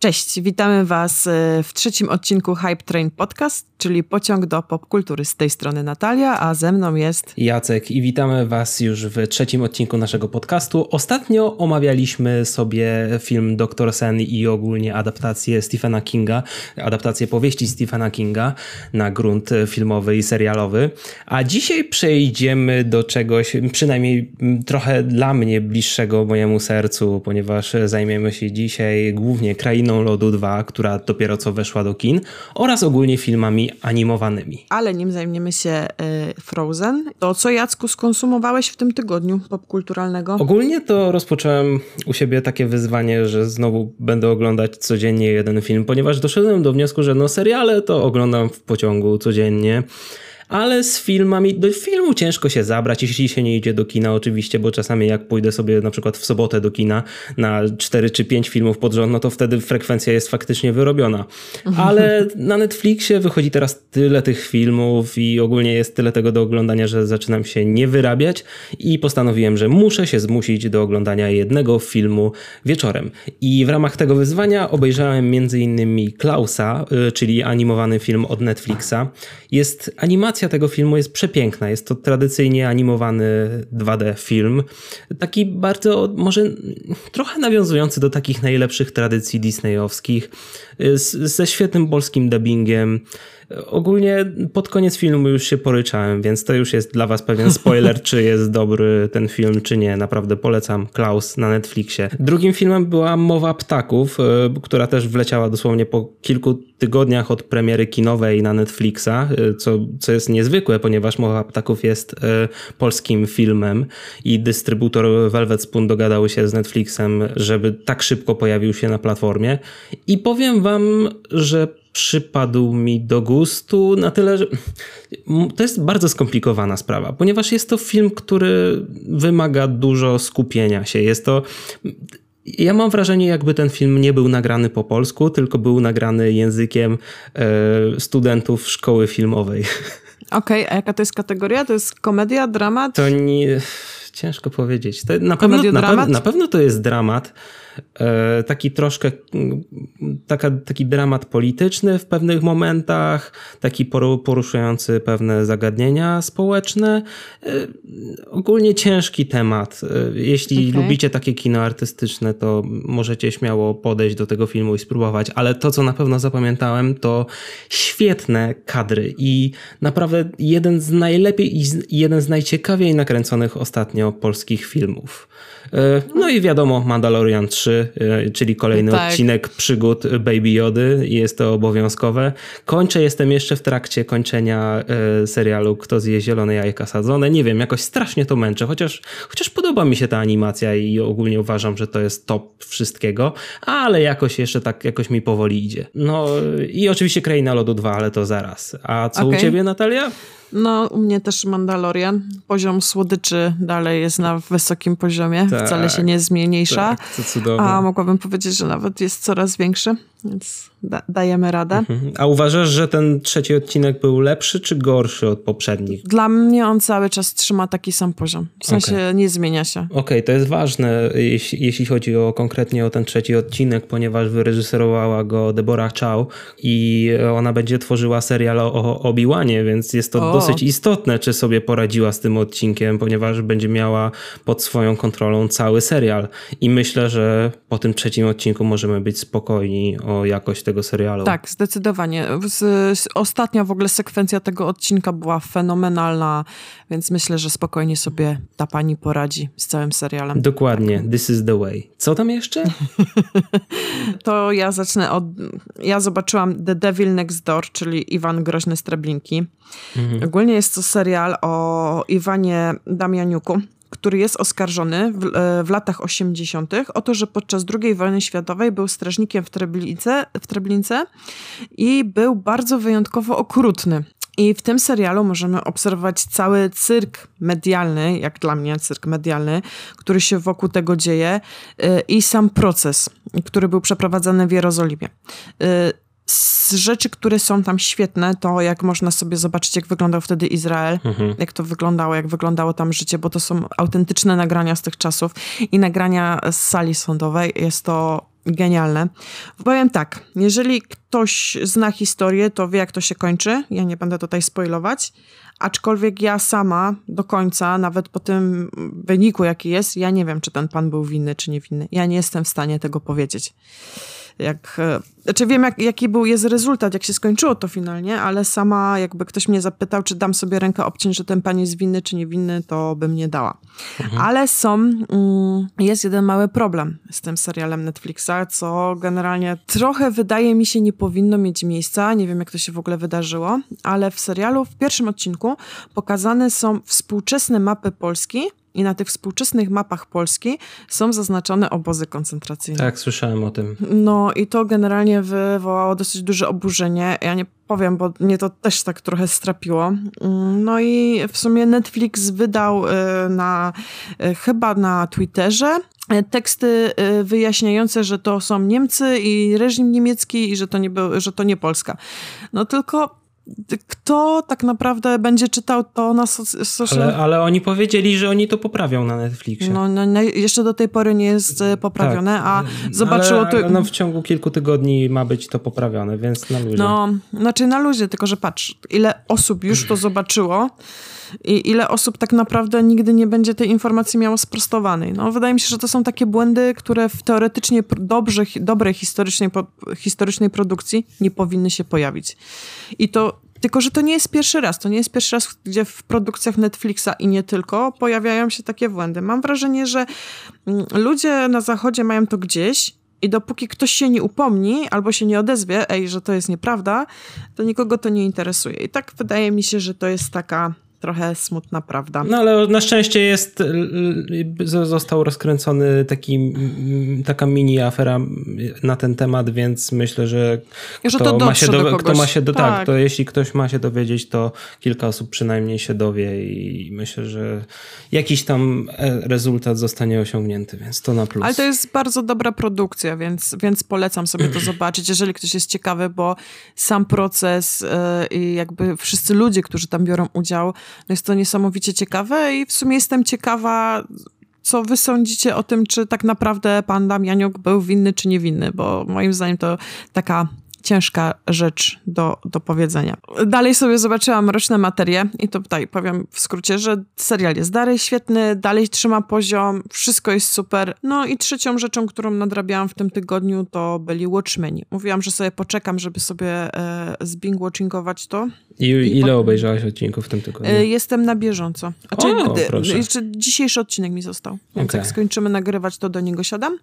Cześć, witamy Was w trzecim odcinku Hype Train Podcast, czyli pociąg do popkultury. Z tej strony Natalia, a ze mną jest Jacek i witamy Was już w trzecim odcinku naszego podcastu. Ostatnio omawialiśmy sobie film Dr. Sen i ogólnie adaptację Stephena Kinga, adaptację powieści Stephena Kinga na grunt filmowy i serialowy. A dzisiaj przejdziemy do czegoś, przynajmniej trochę dla mnie bliższego mojemu sercu, ponieważ zajmiemy się dzisiaj głównie Krainą Lodu 2, która dopiero co weszła do kin, oraz ogólnie filmami animowanymi. Ale nim zajmiemy się Frozen, to co, Jacku, skonsumowałeś w tym tygodniu popkulturalnego? Ogólnie to rozpocząłem u siebie takie wyzwanie, że znowu będę oglądać codziennie jeden film, ponieważ doszedłem do wniosku, że seriale to oglądam w pociągu codziennie. Ale z filmami, do filmu ciężko się zabrać, jeśli się nie idzie do kina oczywiście, bo czasami jak pójdę sobie na przykład w sobotę do kina na 4 czy 5 filmów pod rząd, no to wtedy frekwencja jest faktycznie wyrobiona. Ale na Netflixie wychodzi teraz tyle tych filmów i ogólnie jest tyle tego do oglądania, że zaczynam się nie wyrabiać i postanowiłem, że muszę się zmusić do oglądania jednego filmu wieczorem. I w ramach tego wyzwania obejrzałem m.in. Klausa, czyli animowany film od Netflixa. Animacja tego filmu jest przepiękna. Jest to tradycyjnie animowany 2D film. Taki bardzo, może trochę nawiązujący do takich najlepszych tradycji disneyowskich. Ze świetnym polskim dubbingiem. Ogólnie pod koniec filmu już się poryczałem, więc to już jest dla was pewien spoiler, czy jest dobry ten film, czy nie. Naprawdę polecam Klaus na Netflixie. Drugim filmem była Mowa Ptaków, która też wleciała dosłownie po kilku tygodniach od premiery kinowej na Netflixa, co jest niezwykłe, ponieważ Mowa Ptaków jest polskim filmem i dystrybutor Velvet Spoon dogadał się z Netflixem, żeby tak szybko pojawił się na platformie. I powiem wam, że przypadł mi do gustu na tyle, że to jest bardzo skomplikowana sprawa, ponieważ jest to film, który wymaga dużo skupienia się. Ja mam wrażenie, jakby ten film nie był nagrany po polsku, tylko był nagrany językiem studentów szkoły filmowej. Okej, a jaka to jest kategoria? To jest komedia, dramat? To nie... Ciężko powiedzieć. Na pewno to jest dramat. Taki troszkę taki dramat polityczny w pewnych momentach, taki poruszający pewne zagadnienia społeczne. Ogólnie ciężki temat. Jeśli lubicie takie kino artystyczne, to możecie śmiało podejść do tego filmu i spróbować, ale to, co na pewno zapamiętałem, to świetne kadry i naprawdę jeden z najlepiej i jeden z najciekawiej nakręconych ostatnio polskich filmów. No i wiadomo, Mandalorian 3, czyli kolejny odcinek przygód Baby Jody. Jest to obowiązkowe. Jestem jeszcze w trakcie kończenia serialu Kto zje zielone jajka sadzone. Nie wiem, jakoś strasznie to męczę, chociaż podoba mi się ta animacja i ogólnie uważam, że to jest top wszystkiego, ale jakoś mi powoli idzie. No i oczywiście Kraina Lodu 2, ale to zaraz. A co u ciebie, Natalia? No, u mnie też Mandalorian. Poziom słodyczy dalej jest na wysokim poziomie. Wcale się nie zmniejsza. Tak, to cudowne. A mogłabym powiedzieć, że nawet jest coraz większy, więc dajemy radę. A uważasz, że ten trzeci odcinek był lepszy czy gorszy od poprzednich? Dla mnie on cały czas trzyma taki sam poziom. W sensie nie zmienia się. Okej, to jest ważne, jeśli chodzi konkretnie o ten trzeci odcinek, ponieważ wyreżyserowała go Deborah Chow i ona będzie tworzyła serial o Obi-Wanie, więc jest to dosyć istotne, czy sobie poradziła z tym odcinkiem, ponieważ będzie miała pod swoją kontrolą cały serial. I myślę, że po tym trzecim odcinku możemy być spokojni o jakość tego serialu. Tak, zdecydowanie. Ostatnia w ogóle sekwencja tego odcinka była fenomenalna, więc myślę, że spokojnie sobie ta pani poradzi z całym serialem. Dokładnie. Tak. This is the way. Co tam jeszcze? To ja zacznę Ja zobaczyłam The Devil Next Door, czyli Iwan Groźny z Treblinki. Ogólnie jest to serial o Iwanie Damianiuku, który jest oskarżony w latach 80. o to, że podczas II wojny światowej był strażnikiem w Treblince i był bardzo wyjątkowo okrutny. I w tym serialu możemy obserwować cały cyrk medialny, jak dla mnie cyrk medialny, który się wokół tego dzieje i sam proces, który był przeprowadzany w Jerozolimie. z rzeczy, które są tam świetne, to jak można sobie zobaczyć, jak wyglądał wtedy Izrael, jak to wyglądało, jak wyglądało tam życie, bo to są autentyczne nagrania z tych czasów i nagrania z sali sądowej. Jest to genialne. Powiem tak, jeżeli ktoś zna historię, to wie, jak to się kończy. Ja nie będę tutaj spoilować. Aczkolwiek ja sama do końca, nawet po tym wyniku, jaki jest, ja nie wiem, czy ten pan był winny, czy niewinny. Ja nie jestem w stanie tego powiedzieć. Znaczy wiem, jaki jest rezultat, jak się skończyło to finalnie, ale sama jakby ktoś mnie zapytał, czy dam sobie rękę obciąć, że ten pan jest winny, czy niewinny, to bym nie dała. Ale jest jeden mały problem z tym serialem Netflixa, co generalnie trochę wydaje mi się nie powinno mieć miejsca. Nie wiem, jak to się w ogóle wydarzyło, ale w serialu w pierwszym odcinku pokazane są współczesne mapy Polski i na tych współczesnych mapach Polski są zaznaczone obozy koncentracyjne. Tak, słyszałem o tym. No i to generalnie wywołało dosyć duże oburzenie. Ja nie powiem, bo mnie to też tak trochę strapiło. No i w sumie Netflix wydał chyba na Twitterze teksty wyjaśniające, że to są Niemcy i reżim niemiecki i że to nie Polska. No tylko kto tak naprawdę będzie czytał to na social... Ale oni powiedzieli, że oni to poprawią na Netflixie. No, jeszcze do tej pory nie jest poprawione, tak, a zobaczyło to... Ale w ciągu kilku tygodni ma być to poprawione, więc na luzie. No, znaczy na luzie, tylko że patrz, ile osób już to zobaczyło i ile osób tak naprawdę nigdy nie będzie tej informacji miało sprostowanej. No, wydaje mi się, że to są takie błędy, które w teoretycznie dobrej historycznej produkcji nie powinny się pojawić. Tylko, że to nie jest pierwszy raz. To nie jest pierwszy raz, gdzie w produkcjach Netflixa i nie tylko pojawiają się takie błędy. Mam wrażenie, że ludzie na zachodzie mają to gdzieś i dopóki ktoś się nie upomni albo się nie odezwie, że to jest nieprawda, to nikogo to nie interesuje. I tak wydaje mi się, że to jest taka trochę smutna prawda. No ale na szczęście został rozkręcony taka mini afera na ten temat, więc myślę, że to jeśli ktoś ma się dowiedzieć, to kilka osób przynajmniej się dowie i myślę, że jakiś tam rezultat zostanie osiągnięty, więc to na plus. Ale to jest bardzo dobra produkcja, więc polecam sobie to zobaczyć, jeżeli ktoś jest ciekawy, bo sam proces i jakby wszyscy ludzie, którzy tam biorą udział, no jest to niesamowicie ciekawe i w sumie jestem ciekawa, co wy sądzicie o tym, czy tak naprawdę pan Damianiuk był winny, czy niewinny, bo moim zdaniem to taka ciężka rzecz do powiedzenia. Dalej sobie zobaczyłam Mroczne Materie i to tutaj powiem w skrócie, że serial jest dalej świetny, dalej trzyma poziom, wszystko jest super. No i trzecią rzeczą, którą nadrabiałam w tym tygodniu, to byli Watchmeni. Mówiłam, że sobie poczekam, żeby sobie zbing-watchingować to. Ile obejrzałaś odcinków w tym tygodniu? Jestem na bieżąco. Jeszcze dzisiejszy odcinek mi został, więc jak skończymy nagrywać, to do niego siadam.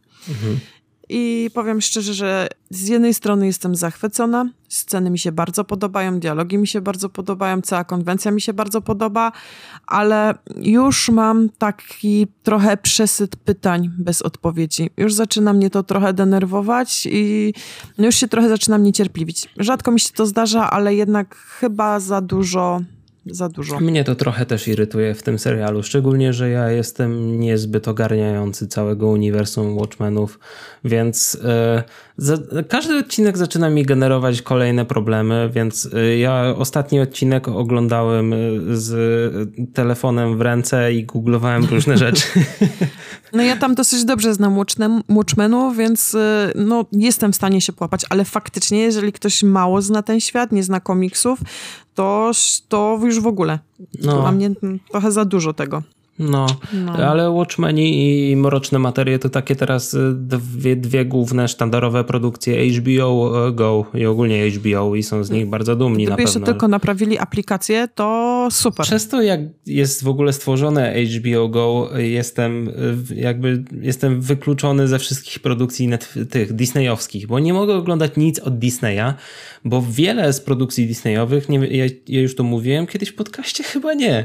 I powiem szczerze, że z jednej strony jestem zachwycona, sceny mi się bardzo podobają, dialogi mi się bardzo podobają, cała konwencja mi się bardzo podoba, ale już mam taki trochę przesyt pytań bez odpowiedzi. Już zaczyna mnie to trochę denerwować i już się trochę zaczynam niecierpliwić. Rzadko mi się to zdarza, ale jednak chyba za dużo. Mnie to trochę też irytuje w tym serialu, szczególnie, że ja jestem niezbyt ogarniający całego uniwersum Watchmenów, więc każdy odcinek zaczyna mi generować kolejne problemy, więc ja ostatni odcinek oglądałem z telefonem w ręce i googlowałem różne rzeczy. No ja tam dosyć dobrze znam Watchmenów, więc no, jestem w stanie się połapać, ale faktycznie, jeżeli ktoś mało zna ten świat, nie zna komiksów, to już w ogóle. To dla mnie trochę za dużo tego. No, ale Watchmeni i Mroczne Materie to takie teraz dwie główne sztandarowe produkcje HBO Go i ogólnie HBO i są z nich bardzo dumni. Gdyby jeszcze tylko naprawili aplikację, to super. Przez to, jak jest w ogóle stworzone HBO Go, jestem wykluczony ze wszystkich produkcji tych disneyowskich, bo nie mogę oglądać nic od Disneya, bo wiele z produkcji disneyowych, ja już to mówiłem kiedyś w podcaście, chyba nie,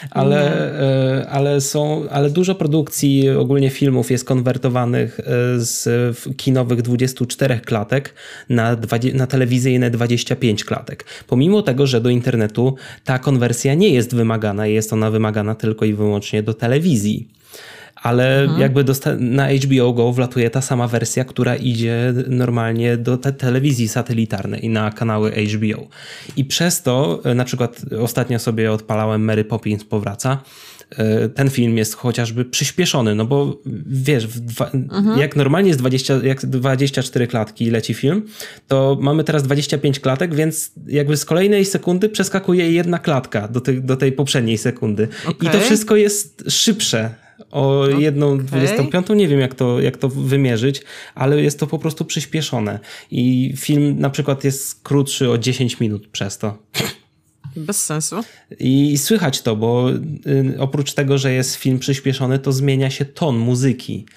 ale dużo produkcji, ogólnie filmów jest konwertowanych z kinowych 24 klatek na telewizyjne 25 klatek. Pomimo tego, że do internetu ta konwersja nie jest wymagana, jest ona wymagana tylko i wyłącznie do telewizji. ale jakby na HBO Go wlatuje ta sama wersja, która idzie normalnie do telewizji satelitarnej na kanały HBO. I przez to, na przykład ostatnio sobie odpalałem Mary Poppins powraca, ten film jest chociażby przyspieszony, no bo wiesz, jak normalnie jest 24 klatki leci film, to mamy teraz 25 klatek, więc jakby z kolejnej sekundy przeskakuje jedna klatka do tej poprzedniej sekundy. I to wszystko jest szybsze o 1/25. Nie wiem jak to wymierzyć, ale jest to po prostu przyspieszone. I film na przykład jest krótszy o 10 minut przez to. Bez sensu. I słychać to, bo oprócz tego, że jest film przyspieszony, to zmienia się ton muzyki.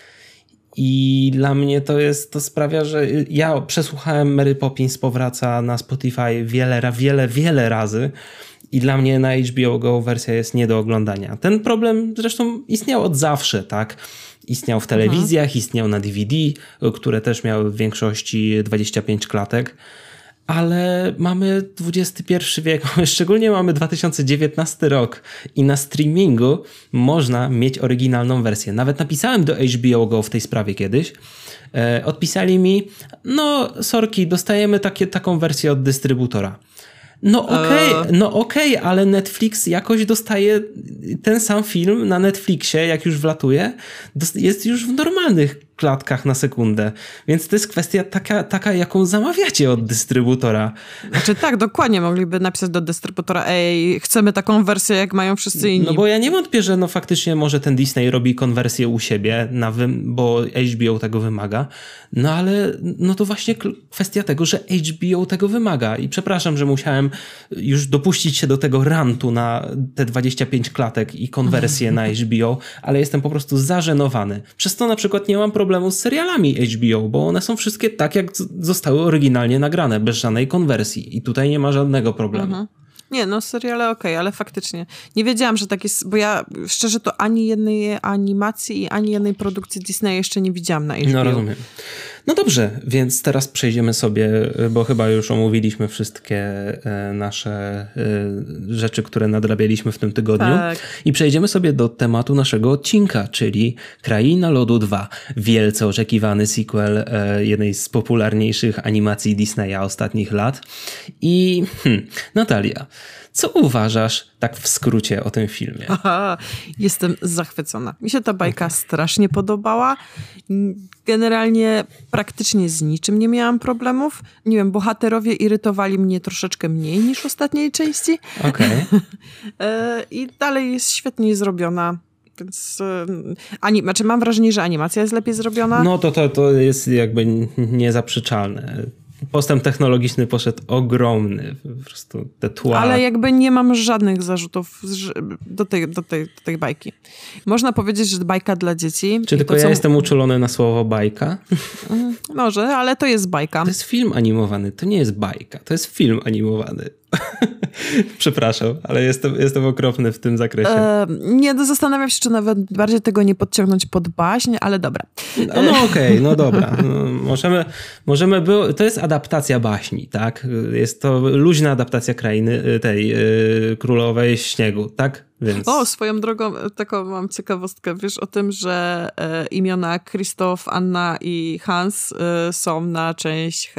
I dla mnie to sprawia, że ja przesłuchałem Mary Poppins powraca na Spotify wiele razy i dla mnie na HBO Go wersja jest nie do oglądania. Ten problem zresztą istniał od zawsze, tak? Istniał w telewizjach, istniał na DVD, które też miały w większości 25 klatek. Ale mamy XXI wiek, szczególnie mamy 2019 rok i na streamingu można mieć oryginalną wersję. Nawet napisałem do HBO Go w tej sprawie kiedyś. Odpisali mi, no sorki, dostajemy taką wersję od dystrybutora. No okej, ale Netflix jakoś dostaje ten sam film na Netflixie, jak już wlatuje, jest już w normalnych klatkach na sekundę. Więc to jest kwestia taka, jaką zamawiacie od dystrybutora. Znaczy tak, dokładnie. Mogliby napisać do dystrybutora, chcemy taką wersję, jak mają wszyscy inni. No bo ja nie wątpię, że faktycznie może ten Disney robi konwersję u siebie, bo HBO tego wymaga. No ale to właśnie kwestia tego, że HBO tego wymaga. I przepraszam, że musiałem już dopuścić się do tego rantu na te 25 klatek i konwersję na HBO, ale jestem po prostu zażenowany. Przez to na przykład nie mam problemu z serialami HBO, bo one są wszystkie tak, jak zostały oryginalnie nagrane, bez żadnej konwersji. I tutaj nie ma żadnego problemu. Nie, no seriale okej, ale faktycznie nie wiedziałam, że tak jest, bo ja szczerze to ani jednej animacji i ani jednej produkcji Disneya jeszcze nie widziałam na HBO. No rozumiem. No dobrze, więc teraz przejdziemy sobie, bo chyba już omówiliśmy wszystkie nasze rzeczy, które nadrabialiśmy w tym tygodniu. Tak. I przejdziemy sobie do tematu naszego odcinka, czyli Kraina Lodu 2. Wielce oczekiwany sequel jednej z popularniejszych animacji Disneya ostatnich lat. I Natalia, co uważasz tak w skrócie o tym filmie? Jestem zachwycona. Mi się ta bajka strasznie podobała. Generalnie praktycznie z niczym nie miałam problemów. Nie wiem, bohaterowie irytowali mnie troszeczkę mniej niż w ostatniej części. Okej. I dalej jest świetnie zrobiona. Więc mam wrażenie, że animacja jest lepiej zrobiona. No to jest jakby niezaprzeczalne. Postęp technologiczny poszedł ogromny, po prostu te tła. Ale jakby nie mam żadnych zarzutów do tej bajki. Można powiedzieć, że bajka dla dzieci. Czy tylko ja jestem uczulony na słowo bajka? Może, ale to jest bajka. To jest film animowany, to nie jest bajka, to jest film animowany. Przepraszam, ale jestem okropny w tym zakresie. Nie, zastanawiam się, czy nawet bardziej tego nie podciągnąć pod baśń, ale dobra. No dobra. Możemy to jest adaptacja baśni, tak? Jest to luźna adaptacja krainy tej Królowej Śniegu, tak? Więc... swoją drogą, taką mam ciekawostkę, wiesz o tym, że imiona Krzysztof, Anna i Hans są na część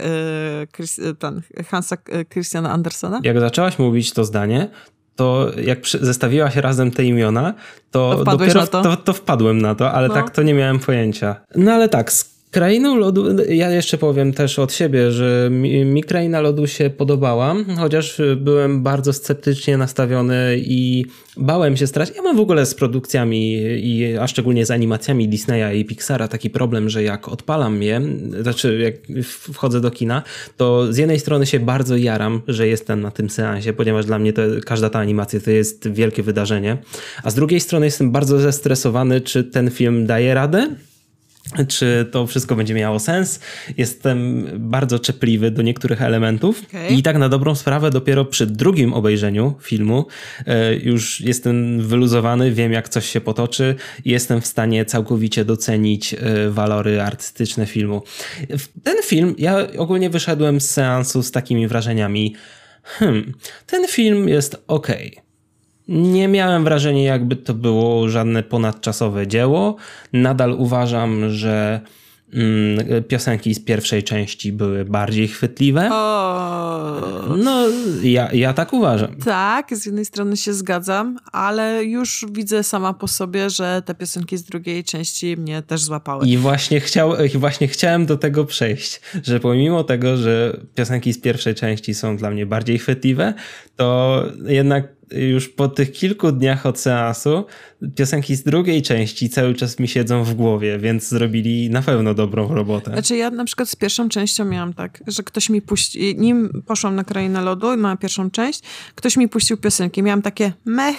Hansa Christiana Andersena? Jak zaczęłaś mówić to zdanie, to jak zestawiłaś razem te imiona, to dopiero to wpadłem na to, ale tak to nie miałem pojęcia. No ale tak, Krainą Lodu, ja jeszcze powiem też od siebie, że mi Kraina Lodu się podobała, chociaż byłem bardzo sceptycznie nastawiony i bałem się strasznie. Ja mam w ogóle z produkcjami, a szczególnie z animacjami Disneya i Pixara taki problem, że jak odpalam je, znaczy jak wchodzę do kina, to z jednej strony się bardzo jaram, że jestem na tym seansie, ponieważ dla mnie każda ta animacja to jest wielkie wydarzenie, a z drugiej strony jestem bardzo zestresowany, czy ten film daje radę, czy to wszystko będzie miało sens. Jestem bardzo czepliwy do niektórych elementów i tak na dobrą sprawę dopiero przy drugim obejrzeniu filmu już jestem wyluzowany, wiem jak coś się potoczy i jestem w stanie całkowicie docenić walory artystyczne filmu. Ten film, ja ogólnie wyszedłem z seansu z takimi wrażeniami. Ten film jest okej. Nie miałem wrażenia, jakby to było żadne ponadczasowe dzieło. Nadal uważam, że piosenki z pierwszej części były bardziej chwytliwe. No, ja tak uważam. Tak, z jednej strony się zgadzam, ale już widzę sama po sobie, że te piosenki z drugiej części mnie też złapały. I właśnie chciałem do tego przejść, że pomimo tego, że piosenki z pierwszej części są dla mnie bardziej chwytliwe, to jednak już po tych kilku dniach od seansu piosenki z drugiej części cały czas mi siedzą w głowie, więc zrobili na pewno dobrą robotę. Znaczy ja na przykład z pierwszą częścią miałam tak, że ktoś mi puścił, nim poszłam na Krainę Lodu, na pierwszą część, ktoś mi puścił piosenki. Miałam takie mech,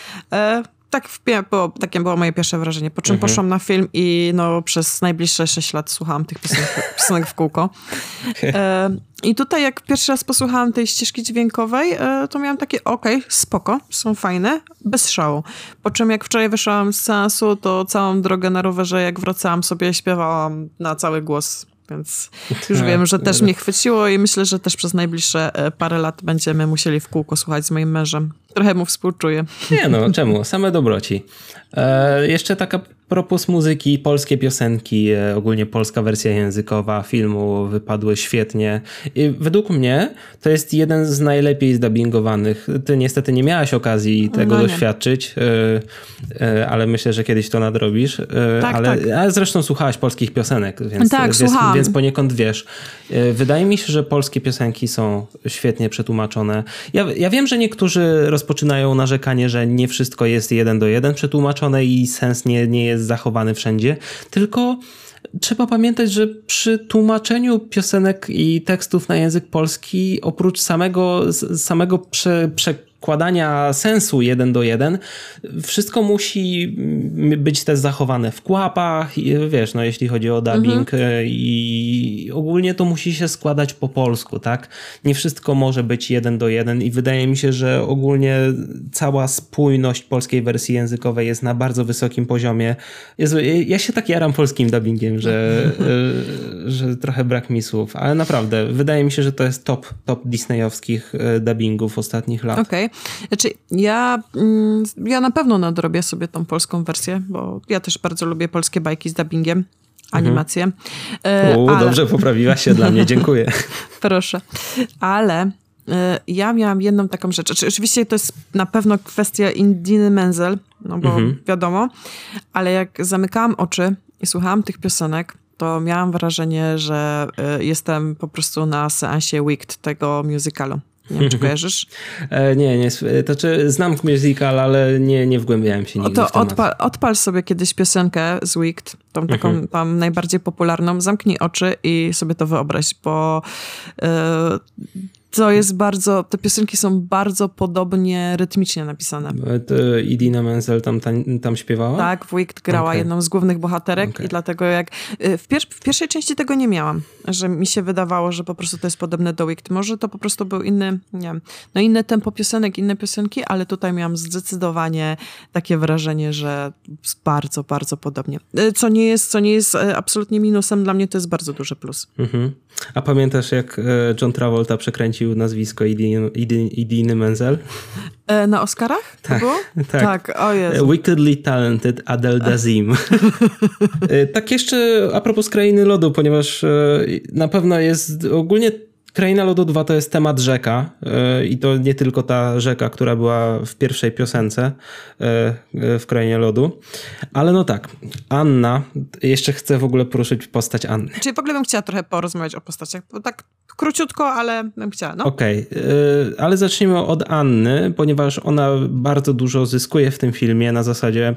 takie było moje pierwsze wrażenie. Po czym poszłam na film i przez najbliższe 6 lat słuchałam tych piosenek w kółko. I tutaj jak pierwszy raz posłuchałam tej ścieżki dźwiękowej, to miałam takie spoko, są fajne, bez szału. Po czym jak wczoraj wyszłam z seansu, to całą drogę na rowerze, jak wracałam sobie, śpiewałam na cały głos. Więc już wiem, że też mnie chwyciło i myślę, że też przez najbliższe parę lat będziemy musieli w kółko słuchać z moim mężem. Trochę mu współczuję. Nie czemu? Same dobroci. Jeszcze taka propos muzyki, polskie piosenki, ogólnie polska wersja językowa filmu wypadły świetnie. I według mnie to jest jeden z najlepiej zdubbingowanych. Ty niestety nie miałaś okazji tego doświadczyć, ale myślę, że kiedyś to nadrobisz. Tak. Ale zresztą słuchałaś polskich piosenek, więc poniekąd wiesz. Wydaje mi się, że polskie piosenki są świetnie przetłumaczone. Ja wiem, że niektórzy rozpoczynają narzekanie, że nie wszystko jest 1:1 przetłumaczone i sens nie jest zachowany wszędzie, tylko trzeba pamiętać, że przy tłumaczeniu piosenek i tekstów na język polski, oprócz samego przekładania sensu 1:1, wszystko musi być też zachowane w kłapach, wiesz, jeśli chodzi o dubbing i ogólnie to musi się składać po polsku, tak? Nie wszystko może być 1:1 i wydaje mi się, że ogólnie cała spójność polskiej wersji językowej jest na bardzo wysokim poziomie. Jezu, ja się tak jaram polskim dubbingiem, że trochę brak mi słów, ale naprawdę, wydaje mi się, że to jest top disneyowskich dubbingów ostatnich lat. Okej. Znaczy ja na pewno nadrobię sobie tą polską wersję, bo ja też bardzo lubię polskie bajki z dubbingiem, animacje. Dobrze poprawiłaś się dla mnie, dziękuję. Proszę. Ale ja miałam jedną taką rzecz. Oczywiście to jest na pewno kwestia Idiny Menzel, bo wiadomo, ale jak zamykałam oczy i słuchałam tych piosenek, to miałam wrażenie, że jestem po prostu na seansie Wicked tego musicalu. Nie wiem, czy kojarzysz? Nie. To znaczy, znam musical, ale nie wgłębiałem się nigdy w temat. Odpal sobie kiedyś piosenkę z Wicked, tą taką tam najbardziej popularną, zamknij oczy i sobie to wyobraź, bo to jest te piosenki są bardzo podobnie rytmicznie napisane. Idina Menzel tam śpiewała? Tak, w Wicked grała jedną z głównych bohaterek i dlatego w pierwszej części tego nie miałam, że mi się wydawało, że po prostu to jest podobne do Wicked. Może to po prostu był inny, nie wiem, inne tempo piosenek, inne piosenki, ale tutaj miałam zdecydowanie takie wrażenie, że bardzo, bardzo podobnie. Co nie jest absolutnie minusem, dla mnie to jest bardzo duży plus. A pamiętasz, jak John Travolta przekręcił nazwisko Idiny Menzel? Na Oscarach? Tak, to było? Tak. O Jezu. Wickedly Talented Adele Dazeem. Tak jeszcze a propos Krainy Lodu, ponieważ na pewno jest ogólnie Kraina Lodu 2 to jest temat rzeka i to nie tylko ta rzeka, która była w pierwszej piosence w Krainie Lodu, ale tak, Anna, jeszcze chcę w ogóle poruszyć postać Anny. Czyli w ogóle bym chciała trochę porozmawiać o postaciach, bo tak króciutko, ale bym chciała. Okej, ale zacznijmy od Anny, ponieważ ona bardzo dużo zyskuje w tym filmie na zasadzie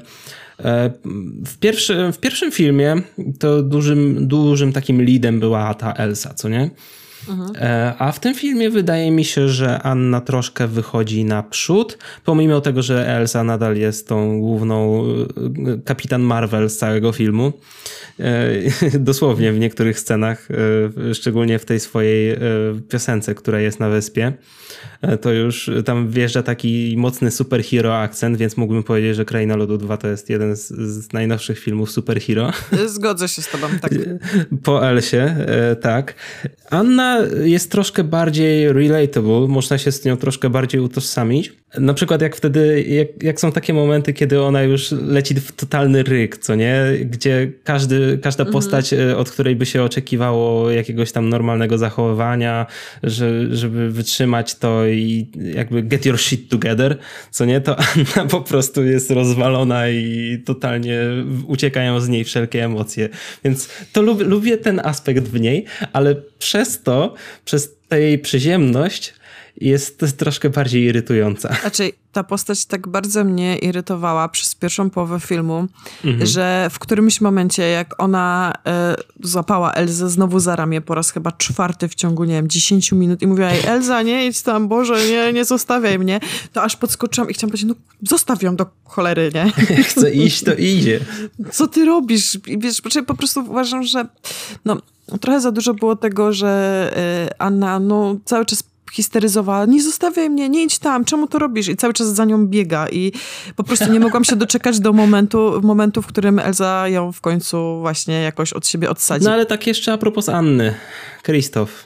w pierwszym filmie to dużym takim leadem była ta Elsa, co nie? A w tym filmie wydaje mi się, że Anna troszkę wychodzi naprzód, pomimo tego, że Elsa nadal jest tą główną kapitan Marvel z całego filmu. Dosłownie w niektórych scenach, szczególnie w tej swojej piosence, która jest na wyspie, to już tam wjeżdża taki mocny superhero akcent, więc mógłbym powiedzieć, że Kraina Lodu 2 to jest jeden z najnowszych filmów superhero. Zgodzę się z tobą, tak. Po Elsie, tak. Anna jest troszkę bardziej relatable, można się z nią troszkę bardziej utożsamić. Na przykład jak wtedy, jak są takie momenty, kiedy ona już leci w totalny ryk, co nie? Gdzie każda postać, od której by się oczekiwało jakiegoś tam normalnego zachowywania, żeby wytrzymać to i jakby get your shit together, co nie? To Anna po prostu jest rozwalona i totalnie uciekają z niej wszelkie emocje. Więc to lubię ten aspekt w niej, ale przez tę jej przyziemność jest troszkę bardziej irytująca. Znaczy, ta postać tak bardzo mnie irytowała przez pierwszą połowę filmu, że w którymś momencie, jak ona złapała Elzę znowu za ramię po raz chyba 4 w ciągu, nie wiem, 10 minut i mówiła jej, Elza, nie idź tam, Boże, nie zostawiaj mnie, to aż podskoczyłam i chciałam powiedzieć, no zostaw ją do cholery, nie? Chce iść, to idzie. Co ty robisz? I wiesz, po prostu uważam, że trochę za dużo było tego, że Anna cały czas histeryzowała, nie zostawiaj mnie, nie idź tam, czemu to robisz? I cały czas za nią biega i po prostu nie mogłam się doczekać do momentu, w którym Elza ją w końcu właśnie jakoś od siebie odsadzi. No ale tak jeszcze a propos Anny, Krzysztof.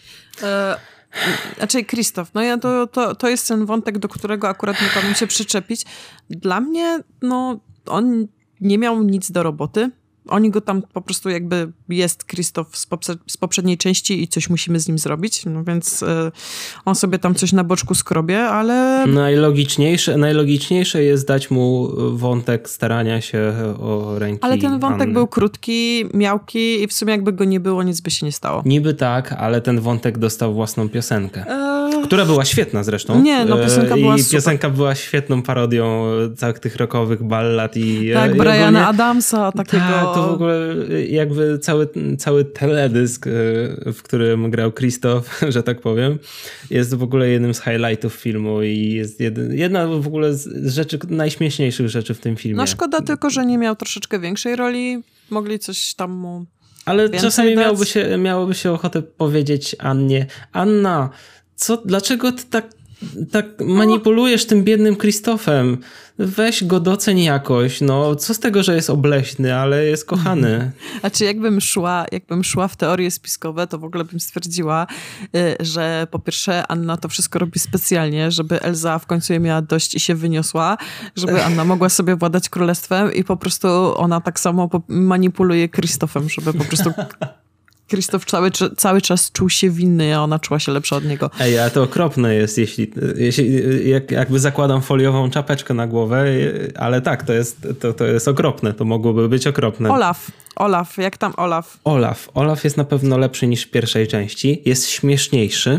Krzysztof, to jest ten wątek, do którego akurat mogłabym się przyczepić. Dla mnie, on nie miał nic do roboty. Oni go tam po prostu jakby jest Krzysztof z poprzedniej części i coś musimy z nim zrobić, więc on sobie tam coś na boczku skrobie, ale... Najlogiczniejsze jest dać mu wątek starania się o ręki Ale ten wątek Anny. był krótki, miałki i w sumie jakby go nie było, nic by się nie stało. Niby tak, ale ten wątek dostał własną piosenkę. Która była świetna zresztą. Nie, piosenka była super. I piosenka była świetną parodią całych tych rockowych ballad. Tak, Briana Adamsa, takiego... Tak, to w ogóle jakby cały teledysk, w którym grał Krzysztof, że tak powiem, jest w ogóle jednym z highlightów filmu i jest jedna w ogóle z rzeczy, najśmieszniejszych rzeczy w tym filmie. No szkoda tylko, że nie miał troszeczkę większej roli. Mogli coś tam mu Ale czasami miałoby się ochotę powiedzieć Annie, Anna, dlaczego ty tak manipulujesz tym biednym Krzysztofem? Weź go doceń jakoś, co z tego, że jest obleśny, ale jest kochany. A czy jakbym szła w teorie spiskowe, to w ogóle bym stwierdziła, że po pierwsze Anna to wszystko robi specjalnie, żeby Elza w końcu jej miała dość i się wyniosła, żeby Anna mogła sobie władać królestwem i po prostu ona tak samo manipuluje Krzysztofem, żeby po prostu... Krzysztof cały czas czuł się winny, a ona czuła się lepsza od niego. Ej, a to okropne jest, jeśli jakby zakładam foliową czapeczkę na głowę, ale tak, to jest okropne, to mogłoby być okropne. Olaf, jak tam Olaf? Olaf jest na pewno lepszy niż w pierwszej części, jest śmieszniejszy.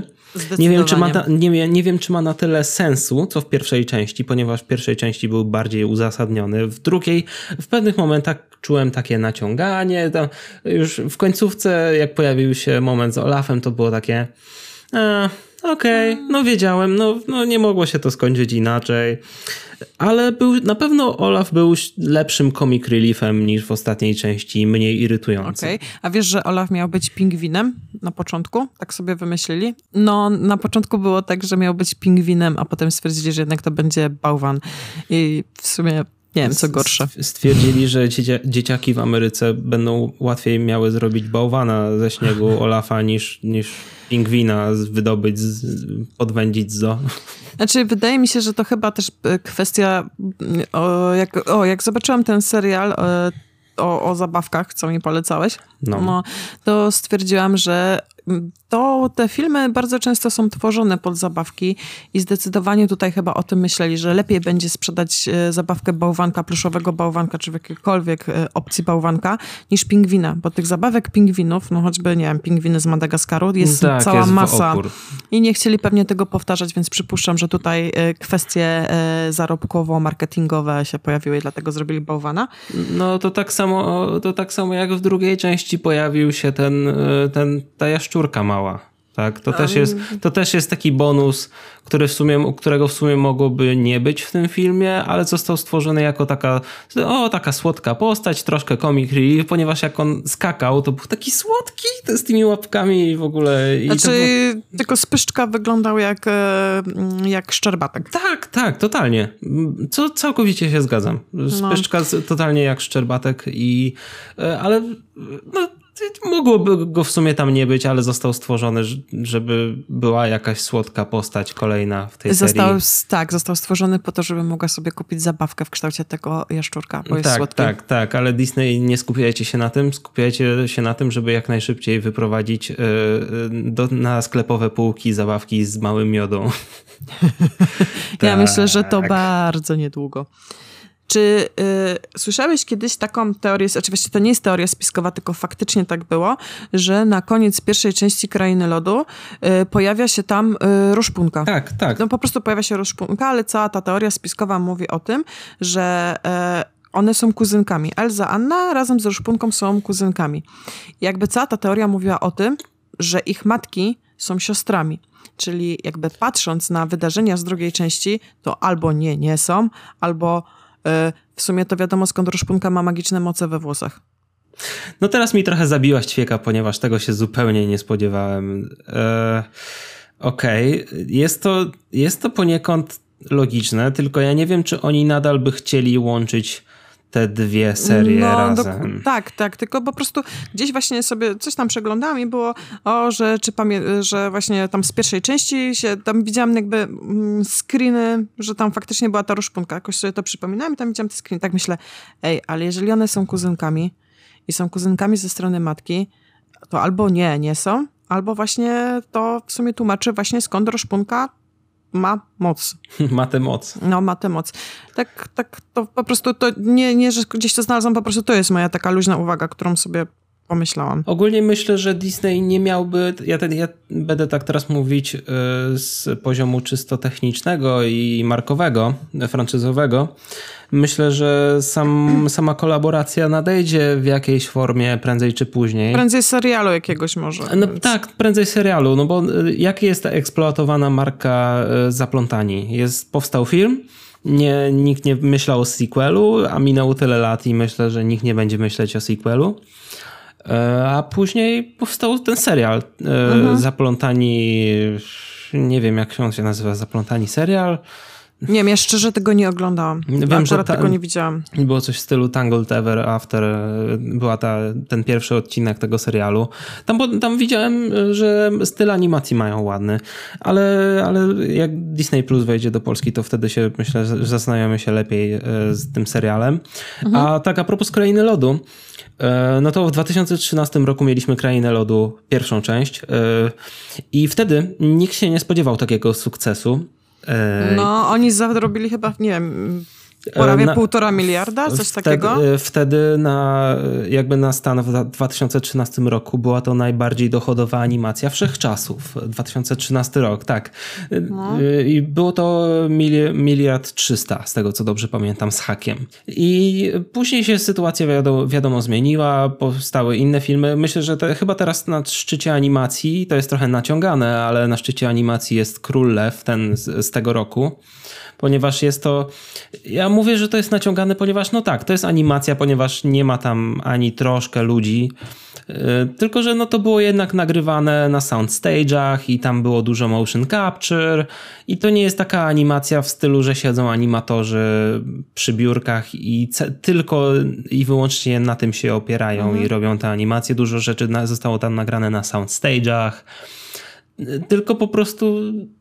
Nie wiem, czy ma na tyle sensu, co w pierwszej części, ponieważ w pierwszej części był bardziej uzasadniony. W drugiej, w pewnych momentach czułem takie naciąganie. Już w końcówce, jak pojawił się moment z Olafem, to było takie okej, wiedziałem, nie mogło się to skończyć inaczej. Ale na pewno Olaf był lepszym comic reliefem niż w ostatniej części, mniej irytujący. Okej. A wiesz, że Olaf miał być pingwinem na początku? Tak sobie wymyślili? Na początku było tak, że miał być pingwinem, a potem stwierdzili, że jednak to będzie bałwan. I w sumie nie wiem, co gorsze. Stwierdzili, że dzieciaki w Ameryce będą łatwiej miały zrobić bałwana ze śniegu Olafa niż pingwina wydobyć, podwędzić z zoo. Znaczy, wydaje mi się, że to chyba też kwestia, jak zobaczyłam ten serial o zabawkach, co mi polecałeś, to stwierdziłam, że te filmy bardzo często są tworzone pod zabawki i zdecydowanie tutaj chyba o tym myśleli, że lepiej będzie sprzedać zabawkę bałwanka, pluszowego bałwanka, czy w jakiejkolwiek opcji bałwanka, niż pingwina, bo tych zabawek pingwinów, choćby, nie wiem, pingwiny z Madagaskaru, jest cała masa i nie chcieli pewnie tego powtarzać, więc przypuszczam, że tutaj kwestie zarobkowo-marketingowe się pojawiły i dlatego zrobili bałwana. To tak samo jak w drugiej części pojawił się ta jaszczurka mała. Tak? To też jest taki bonus, którego w sumie mogłoby nie być w tym filmie, ale został stworzony jako taka słodka postać, troszkę comic relief, ponieważ jak on skakał, to był taki słodki z tymi łapkami i w ogóle... Tylko Spyszczka wyglądał jak Szczerbatek. Tak, totalnie. Co całkowicie się zgadzam. Spyszczka totalnie jak Szczerbatek ale mogłoby go w sumie tam nie być, ale został stworzony, żeby była jakaś słodka postać kolejna w tej serii. Został stworzony po to, żeby mogła sobie kupić zabawkę w kształcie tego jaszczurka, bo jest słodki. Tak, ale Disney, nie skupiajcie się na tym, skupiajcie się na tym, żeby jak najszybciej wyprowadzić na sklepowe półki zabawki z małym miodą. Ja myślę, że to bardzo niedługo. Czy słyszałeś kiedyś taką teorię, oczywiście to nie jest teoria spiskowa, tylko faktycznie tak było, że na koniec pierwszej części Krainy Lodu pojawia się tam Roszpunka. Tak. No po prostu pojawia się Roszpunka, ale cała ta teoria spiskowa mówi o tym, że one są kuzynkami. Elza, Anna razem z Roszpunką są kuzynkami. I jakby cała ta teoria mówiła o tym, że ich matki są siostrami. Czyli jakby patrząc na wydarzenia z drugiej części, to albo nie są, albo w sumie to wiadomo, skąd Roszpunka ma magiczne moce we włosach. No teraz mi trochę zabiłaś ćwieka, ponieważ tego się zupełnie nie spodziewałem. Okej. Jest to poniekąd logiczne, tylko ja nie wiem, czy oni nadal by chcieli łączyć te dwie serie razem. Tak, tylko po prostu gdzieś właśnie sobie coś tam przeglądałam i było, że właśnie tam z pierwszej części się, tam widziałam jakby screeny, że tam faktycznie była ta Roszpunka, jakoś sobie to przypominałam i tam widziałam te screeny. Tak myślę, ale jeżeli one są kuzynkami i są kuzynkami ze strony matki, to albo nie są, albo właśnie to w sumie tłumaczy właśnie skąd Roszpunka ma moc. Ma tę moc. No, ma tę moc. Tak, to po prostu to nie, że gdzieś to znalazłam, po prostu to jest moja taka luźna uwaga, którą sobie pomyślałam. Ogólnie myślę, że Disney nie miałby, ja będę tak teraz mówić z poziomu czysto technicznego i markowego, franczyzowego. Myślę, że sama kolaboracja nadejdzie w jakiejś formie prędzej czy później. Prędzej serialu jakiegoś może. No, tak, prędzej serialu, no bo jak jest ta eksploatowana marka Zaplątani? Powstał film, nikt nie myślał o sequelu, a minęło tyle lat i myślę, że nikt nie będzie myśleć o sequelu. A później powstał ten serial Zaplątani, nie wiem jak on się nazywa, Zaplątani serial. Nie wiem, ja szczerze tego nie oglądałam. Wiem, że tego nie widziałam. Było coś w stylu Tangled Ever After. Była ten pierwszy odcinek tego serialu. Tam widziałem, że styl animacji mają ładny, ale jak Disney Plus wejdzie do Polski, to wtedy się, myślę, zaznajomimy się lepiej z tym serialem. A tak a propos Krainy Lodu, no to w 2013 roku mieliśmy Krainę Lodu, pierwszą część i wtedy nikt się nie spodziewał takiego sukcesu. No, oni zarobili chyba, nie wiem, prawie 1,5 miliarda, coś takiego? Wtedy na stan w 2013 roku była to najbardziej dochodowa animacja wszechczasów. 2013 rok, tak. No. I było to 1,3 miliarda, z tego co dobrze pamiętam, z hakiem. I później się sytuacja wiadomo zmieniła, powstały inne filmy. Myślę, że chyba teraz na szczycie animacji, to jest trochę naciągane, ale na szczycie animacji jest Król Lew, ten z tego roku. Ponieważ jest to, ja mówię, że to jest naciągane, ponieważ no tak, to jest animacja, ponieważ nie ma tam ani troszkę ludzi, tylko że no to było jednak nagrywane na soundstage'ach i tam było dużo motion capture i to nie jest taka animacja w stylu, że siedzą animatorzy przy biurkach i tylko i wyłącznie na tym się opierają i robią te animacje. Dużo rzeczy zostało tam nagrane na soundstage'ach. Tylko po prostu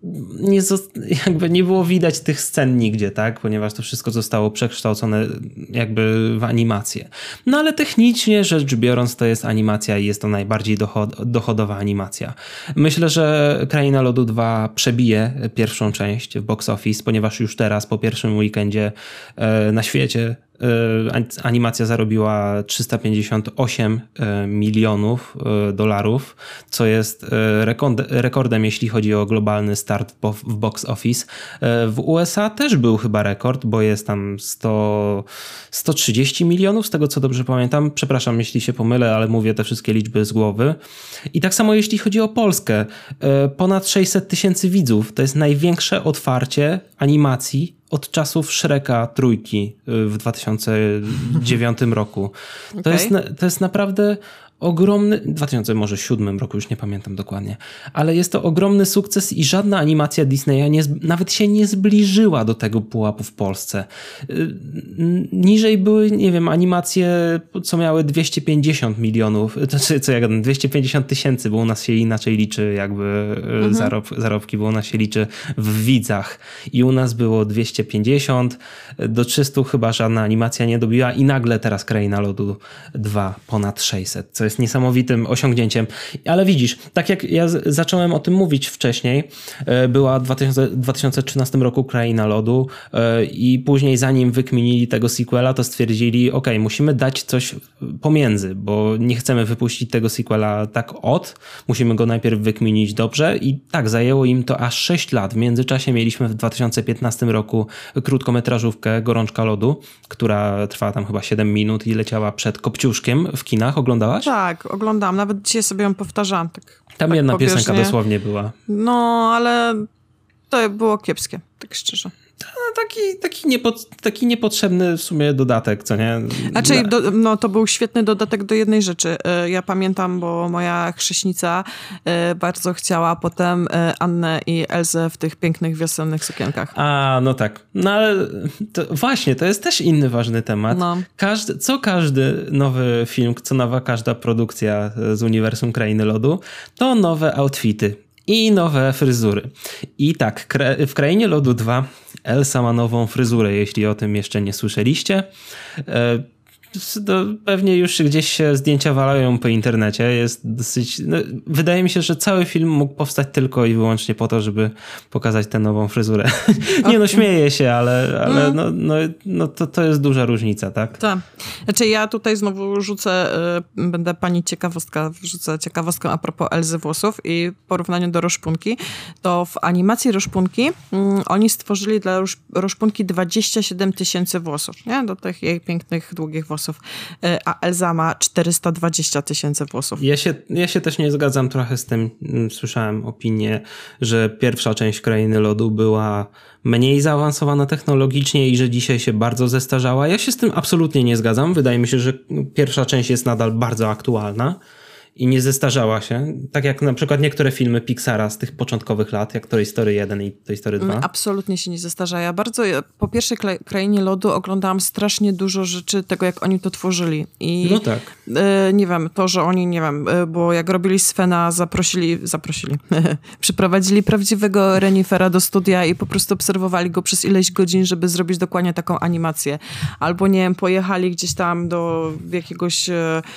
nie było widać tych scen nigdzie, tak? Ponieważ to wszystko zostało przekształcone jakby w animację. No ale technicznie rzecz biorąc to jest animacja i jest to najbardziej dochodowa animacja. Myślę, że Kraina Lodu 2 przebije pierwszą część w box office, ponieważ już teraz po pierwszym weekendzie na świecie animacja zarobiła 358 milionów dolarów, co jest rekordem, jeśli chodzi o globalny start w box office. W USA też był chyba rekord, bo jest tam 130 milionów, z tego co dobrze pamiętam. Przepraszam, jeśli się pomylę, ale mówię te wszystkie liczby z głowy. I tak samo jeśli chodzi o Polskę. Ponad 600 000 widzów. To jest największe otwarcie animacji od czasów Shreka trójki w 2009 roku. To jest naprawdę ogromny, w 2007 roku, już nie pamiętam dokładnie, ale jest to ogromny sukces i żadna animacja Disneya nawet się nie zbliżyła do tego pułapu w Polsce. Niżej były, nie wiem, animacje, co miały 250 milionów, znaczy, 250 tysięcy, bo u nas się inaczej liczy jakby zarobki, bo u nas się liczy w widzach i u nas było 250 do 300 chyba żadna animacja nie dobiła i nagle teraz Kraina Lodu 2 ponad 600, co jest niesamowitym osiągnięciem. Ale widzisz, tak jak ja zacząłem o tym mówić wcześniej, była w 2013 roku Kraina Lodu i później zanim wykminili tego sequela, to stwierdzili, musimy dać coś pomiędzy, bo nie chcemy wypuścić tego sequela tak musimy go najpierw wykminić dobrze i tak, zajęło im to aż 6 lat. W międzyczasie mieliśmy w 2015 roku krótkometrażówkę Gorączka Lodu, która trwała tam chyba 7 minut i leciała przed Kopciuszkiem w kinach. Oglądałaś? Tak, oglądałam. Nawet dzisiaj sobie ją powtarzam. Tam tak jedna piosenka dosłownie była. No, ale to było kiepskie, tak szczerze. Taki niepotrzebny w sumie dodatek, co nie? Znaczy, to był świetny dodatek do jednej rzeczy. Ja pamiętam, bo moja chrześnica bardzo chciała potem Annę i Elzę w tych pięknych wiosennych sukienkach. A, no tak. No ale to jest też inny ważny temat. No. Każdy nowy film, każda produkcja z uniwersum Krainy Lodu, to nowe outfity. I nowe fryzury. I tak, w Krainie Lodu 2 Elsa ma nową fryzurę, jeśli o tym jeszcze nie słyszeliście. Pewnie już gdzieś się zdjęcia walają po internecie. Jest dosyć... wydaje mi się, że cały film mógł powstać tylko i wyłącznie po to, żeby pokazać tę nową fryzurę. Śmieję się, ale to jest duża różnica, tak? Tak. Znaczy ja tutaj znowu będę pani wrzucę ciekawostkę a propos Elzy włosów i w porównaniu do Roszpunki, to w animacji Roszpunki oni stworzyli dla Roszpunki 27 000 włosów, nie? Do tych jej pięknych, długich włosów. A Elza ma 420 000 włosów. Ja się też nie zgadzam trochę z tym. Słyszałem opinię, że pierwsza część Krainy Lodu była mniej zaawansowana technologicznie i że dzisiaj się bardzo zestarzała. Ja się z tym absolutnie nie zgadzam. Wydaje mi się, że pierwsza część jest nadal bardzo aktualna i nie zestarzała się. Tak jak na przykład niektóre filmy Pixara z tych początkowych lat, jak Toy Story 1 i Toy Story 2. Absolutnie się nie zestarza. Ja po pierwszej Krainie Lodu oglądałam strasznie dużo rzeczy tego, jak oni to tworzyli. I no tak. Nie wiem, to, że oni, bo jak robili Svena, przyprowadzili prawdziwego renifera do studia i po prostu obserwowali go przez ileś godzin, żeby zrobić dokładnie taką animację. Albo, pojechali gdzieś tam do jakiegoś,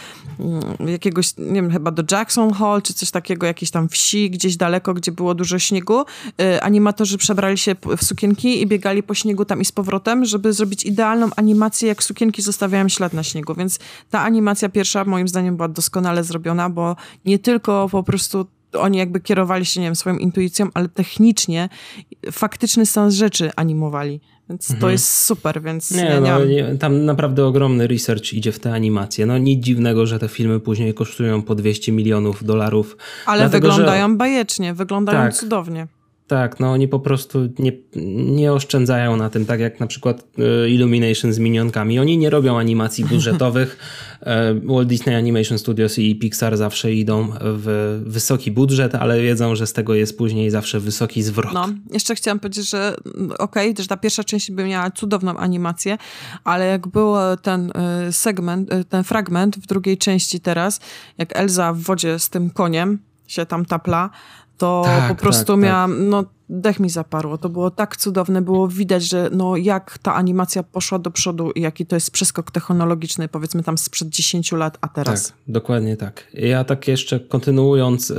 nie wiem, chyba do Jackson Hole, czy coś takiego, jakiejś tam wsi, gdzieś daleko, gdzie było dużo śniegu. Animatorzy przebrali się w sukienki i biegali po śniegu tam i z powrotem, żeby zrobić idealną animację, jak sukienki zostawiają ślad na śniegu. Więc ta animacja pierwsza, moim zdaniem, była doskonale zrobiona, bo nie tylko po prostu oni jakby kierowali się, swoją intuicją, ale technicznie faktyczny stan rzeczy animowali. Więc to jest super, więc tam naprawdę ogromny research idzie w te animacje. Nic dziwnego, że te filmy później kosztują po $200 milionów. Ale wyglądają bajecznie, wyglądają cudownie. Tak, oni po prostu nie oszczędzają na tym, tak jak na przykład Illumination z Minionkami. Oni nie robią animacji budżetowych. Walt Disney Animation Studios i Pixar zawsze idą w wysoki budżet, ale wiedzą, że z tego jest później zawsze wysoki zwrot. Jeszcze chciałam powiedzieć, że że ta pierwsza część by miała cudowną animację, ale jak był ten ten fragment w drugiej części teraz, jak Elza w wodzie z tym koniem się tam tapla, to po prostu miałam, dech mi zaparło. To było tak cudowne, było widać, że jak ta animacja poszła do przodu i jaki to jest przeskok technologiczny, powiedzmy tam sprzed 10 lat, a teraz. Tak, dokładnie tak. Ja tak jeszcze kontynuując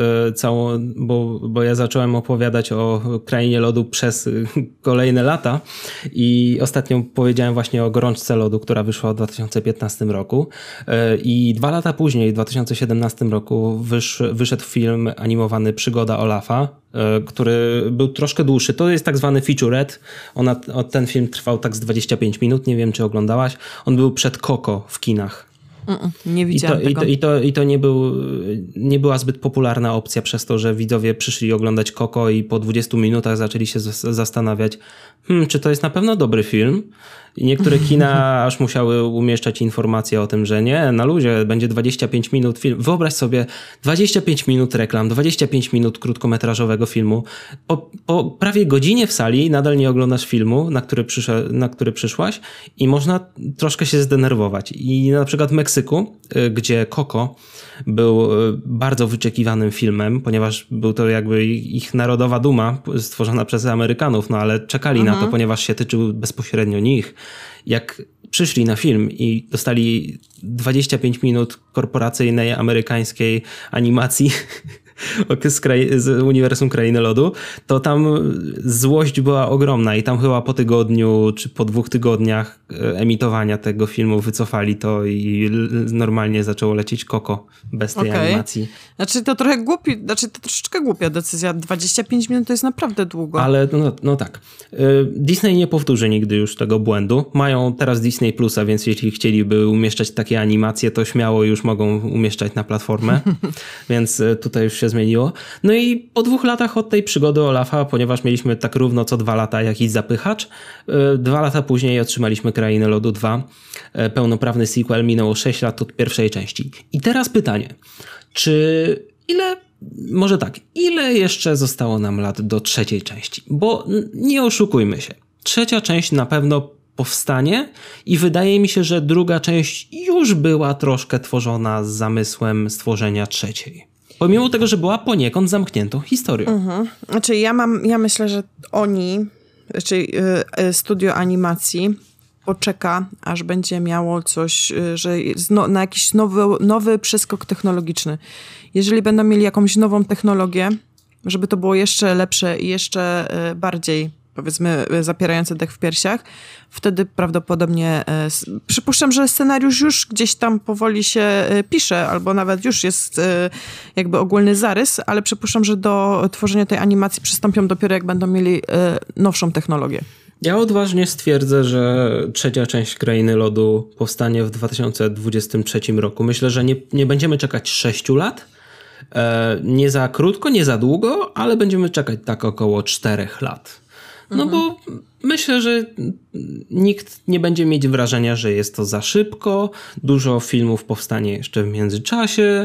bo ja zacząłem opowiadać o Krainie Lodu przez kolejne lata i ostatnio powiedziałem właśnie o Gorączce Lodu, która wyszła w 2015 roku i 2 lata później, w 2017 roku wyszedł film animowany Przygoda Olafa, który był troszkę dłuższy. To jest tak zwany featurette. Ten film trwał tak z 25 minut. Nie wiem, czy oglądałaś. On był przed Coco w kinach. Nie widziałam tego. I to nie była zbyt popularna opcja przez to, że widzowie przyszli oglądać Coco i po 20 minutach zaczęli się zastanawiać, czy to jest na pewno dobry film. I niektóre kina aż musiały umieszczać informacje o tym, że nie, na luzie będzie 25 minut film. Wyobraź sobie 25 minut reklam, 25 minut krótkometrażowego filmu. Po prawie godzinie w sali nadal nie oglądasz filmu, na który przyszłaś i można troszkę się zdenerwować. I na przykład w Meksyku, gdzie Coco był bardzo wyczekiwanym filmem, ponieważ był to jakby ich narodowa duma stworzona przez Amerykanów, no ale czekali na to, ponieważ się tyczył bezpośrednio nich. Jak przyszli na film i dostali 25 minut korporacyjnej, amerykańskiej animacji z uniwersum Krainy Lodu, to tam złość była ogromna i tam chyba po tygodniu czy po 2 tygodniach emitowania tego filmu wycofali to i normalnie zaczęło lecieć Coco bez tej animacji. Znaczy to troszeczkę głupia decyzja. 25 minut to jest naprawdę długo. Ale no tak. Disney nie powtórzy nigdy już tego błędu. Mają teraz Disney Plusa, więc jeśli chcieliby umieszczać takie animacje, to śmiało już mogą umieszczać na platformę. Więc tutaj już się zmieniło. No i po 2 latach od tej przygody Olafa, ponieważ mieliśmy tak równo co 2 lata jakiś zapychacz, 2 lata później otrzymaliśmy Krainę Lodu 2. Pełnoprawny sequel, minęło 6 lat od pierwszej części. I teraz pytanie, ile jeszcze zostało nam lat do 3. części? Bo nie oszukujmy się. 3. część na pewno powstanie i wydaje mi się, że 2. część już była troszkę tworzona z zamysłem stworzenia 3. Pomimo tego, że była poniekąd zamkniętą historią. Znaczy ja myślę, że studio animacji poczeka, aż będzie miało coś, że na jakiś nowy przeskok technologiczny. Jeżeli będą mieli jakąś nową technologię, żeby to było jeszcze lepsze i jeszcze bardziej, powiedzmy, zapierające dech w piersiach, wtedy prawdopodobnie przypuszczam, że scenariusz już gdzieś tam powoli się pisze, albo nawet już jest jakby ogólny zarys, ale przypuszczam, że do tworzenia tej animacji przystąpią dopiero jak będą mieli nowszą technologię. Ja odważnie stwierdzę, że 3. część Krainy Lodu powstanie w 2023 roku. Myślę, że nie będziemy czekać 6 lat. Nie za krótko, nie za długo, ale będziemy czekać tak około 4 lat. No bo myślę, że nikt nie będzie mieć wrażenia, że jest to za szybko. Dużo filmów powstanie jeszcze w międzyczasie.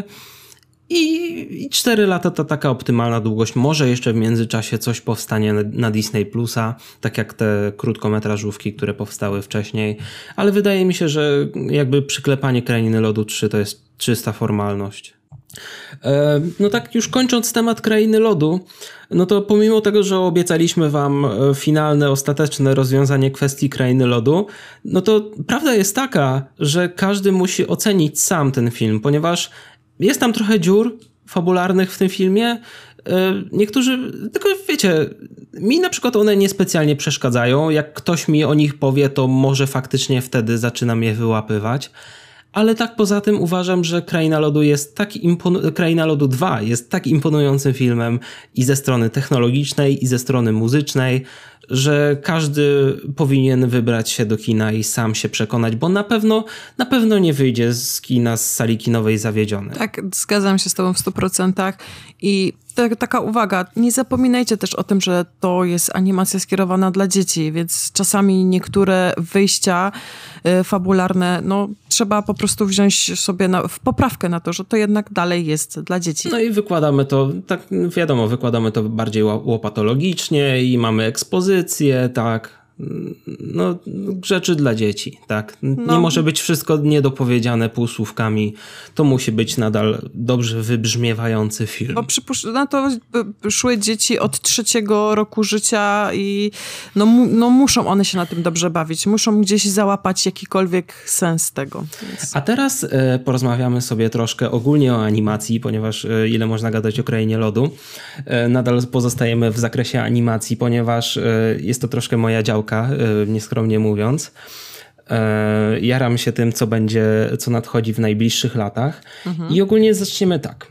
I 4 lata to taka optymalna długość. Może jeszcze w międzyczasie coś powstanie na Disney Plusa, tak jak te krótkometrażówki, które powstały wcześniej. Ale wydaje mi się, że jakby przyklepanie Krainy Lodu 3 to jest czysta formalność. No tak już kończąc temat Krainy Lodu, no to pomimo tego, że obiecaliśmy wam finalne, ostateczne rozwiązanie kwestii Krainy Lodu, no to prawda jest taka, że każdy musi ocenić sam ten film, ponieważ jest tam trochę dziur fabularnych w tym filmie. Niektórzy, tylko wiecie, mi na przykład one niespecjalnie przeszkadzają. Jak ktoś mi o nich powie, to może faktycznie wtedy zaczynam je wyłapywać. Ale tak poza tym uważam, że Kraina Lodu Kraina Lodu 2 jest tak imponującym filmem i ze strony technologicznej, i ze strony muzycznej, że każdy powinien wybrać się do kina i sam się przekonać, bo na pewno nie wyjdzie z kina, z sali kinowej zawiedziony. Tak, zgadzam się z tobą w 100%. I taka uwaga, nie zapominajcie też o tym, że to jest animacja skierowana dla dzieci, więc czasami niektóre wyjścia fabularne, no trzeba po prostu wziąć sobie w poprawkę na to, że to jednak dalej jest dla dzieci. No i wykładamy to, tak wiadomo, bardziej łopatologicznie i mamy ekspozycję, tak. No, rzeczy dla dzieci, tak. Nie może być wszystko niedopowiedziane półsłówkami. To musi być nadal dobrze wybrzmiewający film. Bo na to szły dzieci od 3 roku życia i no muszą one się na tym dobrze bawić. Muszą gdzieś załapać jakikolwiek sens tego. Więc... A teraz porozmawiamy sobie troszkę ogólnie o animacji, ponieważ ile można gadać o Krainie Lodu. Nadal pozostajemy w zakresie animacji, ponieważ jest to troszkę moja działka, nieskromnie mówiąc. Jaram się tym, co nadchodzi w najbliższych latach. I ogólnie zaczniemy tak.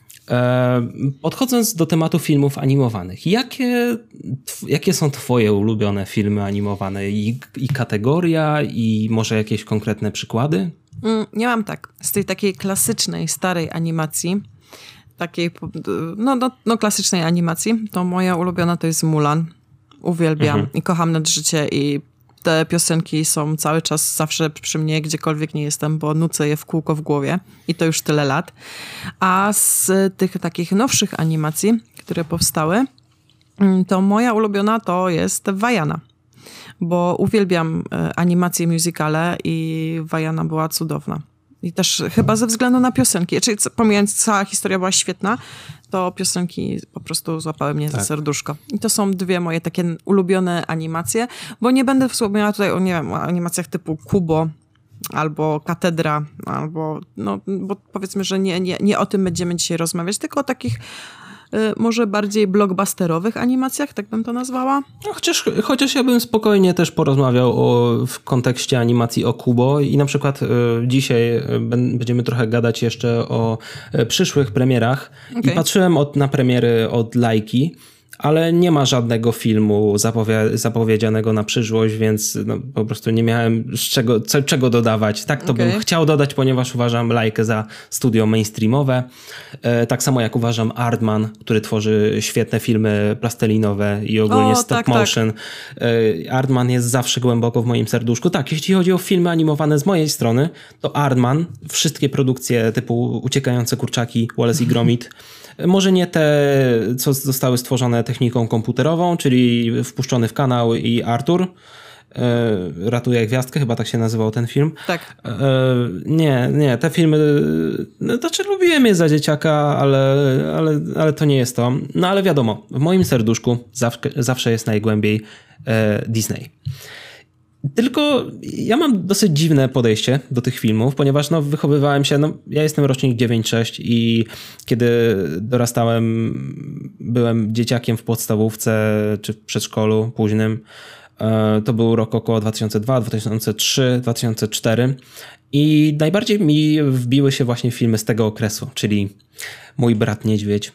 Podchodząc do tematu filmów animowanych, jakie są twoje ulubione filmy animowane? I kategoria, i może jakieś konkretne przykłady? Nie mam tak. Z tej takiej klasycznej, starej animacji, takiej, klasycznej animacji, to moja ulubiona to jest Mulan. Uwielbiam i kocham nad życie i te piosenki są cały czas zawsze przy mnie, gdziekolwiek nie jestem, bo nucę je w kółko w głowie i to już tyle lat. A z tych takich nowszych animacji, które powstały, to moja ulubiona to jest Vaiana, bo uwielbiam animacje musicale i Vaiana była cudowna. I też chyba ze względu na piosenki, czyli pomijając, cała historia była świetna, to piosenki po prostu złapały mnie za serduszko. I to są dwie moje takie ulubione animacje, bo nie będę wspomniała tutaj o, nie wiem, o animacjach typu Kubo albo Katedra, albo, bo powiedzmy, że nie o tym będziemy dzisiaj rozmawiać, tylko o takich może bardziej blockbusterowych animacjach, tak bym to nazwała. Chociaż ja bym spokojnie też porozmawiał w kontekście animacji o Kubo i na przykład dzisiaj będziemy trochę gadać jeszcze o przyszłych premierach. I patrzyłem na premiery od Laiki, ale nie ma żadnego filmu zapowiedzianego na przyszłość, więc po prostu nie miałem czego dodawać. Tak to bym chciał dodać, ponieważ uważam Lajkę za studio mainstreamowe. Tak samo jak uważam Aardman, który tworzy świetne filmy plastelinowe i ogólnie stop motion. Aardman jest zawsze głęboko w moim serduszku. Tak, jeśli chodzi o filmy animowane z mojej strony, to Aardman, wszystkie produkcje typu Uciekające kurczaki, Wallace i Gromit, może nie te, co zostały stworzone techniką komputerową, czyli Wpuszczony w kanał i Artur. Ratuje gwiazdkę, chyba tak się nazywał ten film. Tak. Nie, te filmy, znaczy lubiłem je za dzieciaka, ale to nie jest to. No ale wiadomo, w moim serduszku zawsze jest najgłębiej Disney. Tylko ja mam dosyć dziwne podejście do tych filmów, ponieważ wychowywałem się, ja jestem rocznik 9-6 i kiedy dorastałem, byłem dzieciakiem w podstawówce czy w przedszkolu późnym. To był rok około 2002, 2003, 2004 i najbardziej mi wbiły się właśnie filmy z tego okresu, czyli Mój brat niedźwiedź.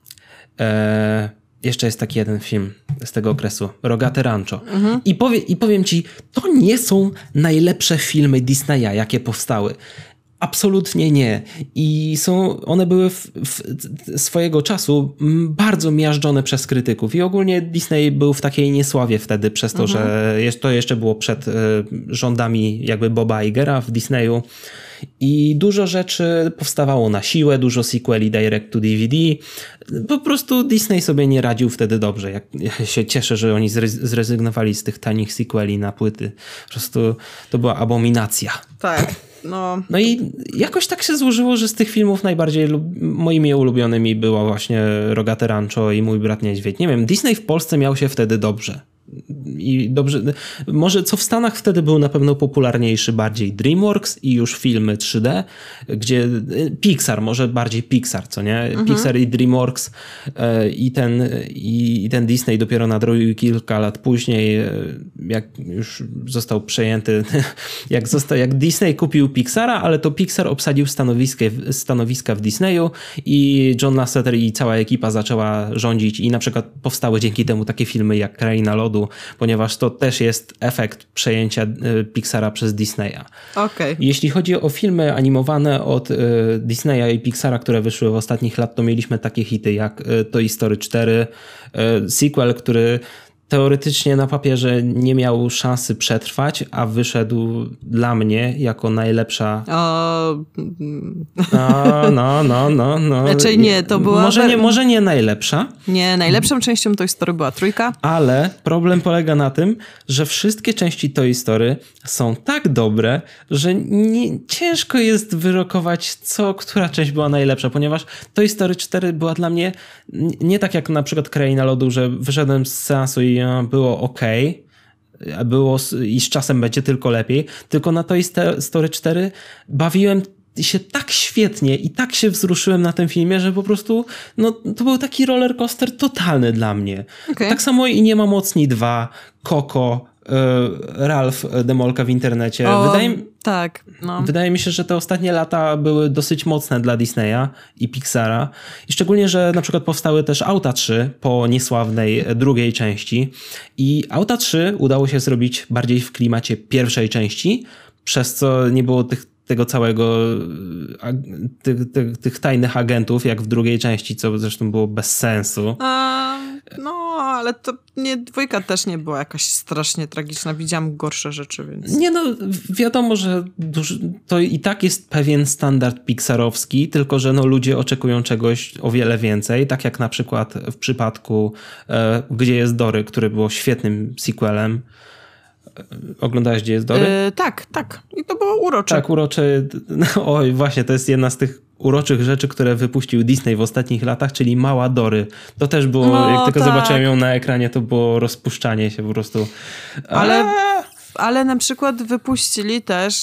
Jeszcze jest taki jeden film z tego okresu, Rogate Rancho. I powiem ci, to nie są najlepsze filmy Disneya, jakie powstały. Absolutnie nie. I one były swojego czasu bardzo miażdżone przez krytyków. I ogólnie Disney był w takiej niesławie wtedy przez to, że to jeszcze było przed rządami jakby Boba Igera w Disneyu. I dużo rzeczy powstawało na siłę, dużo sequeli direct to DVD. Po prostu Disney sobie nie radził wtedy dobrze. Ja się cieszę, że oni zrezygnowali z tych tanich sequeli na płyty. Po prostu to była abominacja. Tak. No i jakoś tak się złożyło, że z tych filmów najbardziej moimi ulubionymi była właśnie Rogate Rancho i Mój brat niedźwiedź. Nie wiem, Disney w Polsce miał się wtedy dobrze. I dobrze, może co w Stanach wtedy był na pewno popularniejszy bardziej DreamWorks i już filmy 3D, gdzie Pixar, może bardziej Pixar, co nie? Pixar i DreamWorks i ten Disney dopiero nadrobił kilka lat później, jak już został przejęty, jak Disney kupił Pixara, ale to Pixar obsadził stanowiska w Disneyu i John Lasseter i cała ekipa zaczęła rządzić i na przykład powstały dzięki temu takie filmy jak Kraina Lodu, ponieważ to też jest efekt przejęcia Pixara przez Disneya. Jeśli chodzi o filmy animowane od Disneya i Pixara, które wyszły w ostatnich lat, to mieliśmy takie hity jak Toy Story 4, sequel, który teoretycznie na papierze nie miał szansy przetrwać, a wyszedł dla mnie jako najlepsza... Raczej nie, to była... Może nie najlepsza. Nie, najlepszą częścią Toy Story była 3. Ale problem polega na tym, że wszystkie części Toy Story są tak dobre, że ciężko jest wyrokować, która część była najlepsza, ponieważ Toy Story 4 była dla mnie nie tak jak na przykład Kraina Lodu, że wyszedłem z seansu i było okej, i z czasem będzie tylko lepiej, tylko na Toy Story 4 bawiłem się tak świetnie i tak się wzruszyłem na tym filmie, że po prostu to był taki roller coaster totalny dla mnie. Tak samo i Nie ma mocni 2, Coco, Ralph Demolka w internecie. Wydaje mi się, że te ostatnie lata były dosyć mocne dla Disneya i Pixara. I szczególnie, że na przykład powstały też Auta 3 po niesławnej drugiej części. I Auta 3 udało się zrobić bardziej w klimacie pierwszej części, przez co nie było tych tego całego tych tajnych agentów, jak w drugiej części, co zresztą było bez sensu. No, ale to nie, 2 też nie była jakaś strasznie tragiczna. Widziałam gorsze rzeczy, więc... Nie no, wiadomo, że to i tak jest pewien standard pixarowski, tylko że no ludzie oczekują czegoś o wiele więcej, tak jak na przykład w przypadku Gdzie jest Dory, który było świetnym sequelem. Oglądałeś Gdzie jest Dory? Tak. I to było urocze. Tak, urocze. No, oj, właśnie, to jest jedna z tych uroczych rzeczy, które wypuścił Disney w ostatnich latach, czyli Mała Dory. To też było, jak tylko zobaczyłem ją na ekranie, to było rozpuszczanie się po prostu. Ale na przykład wypuścili też,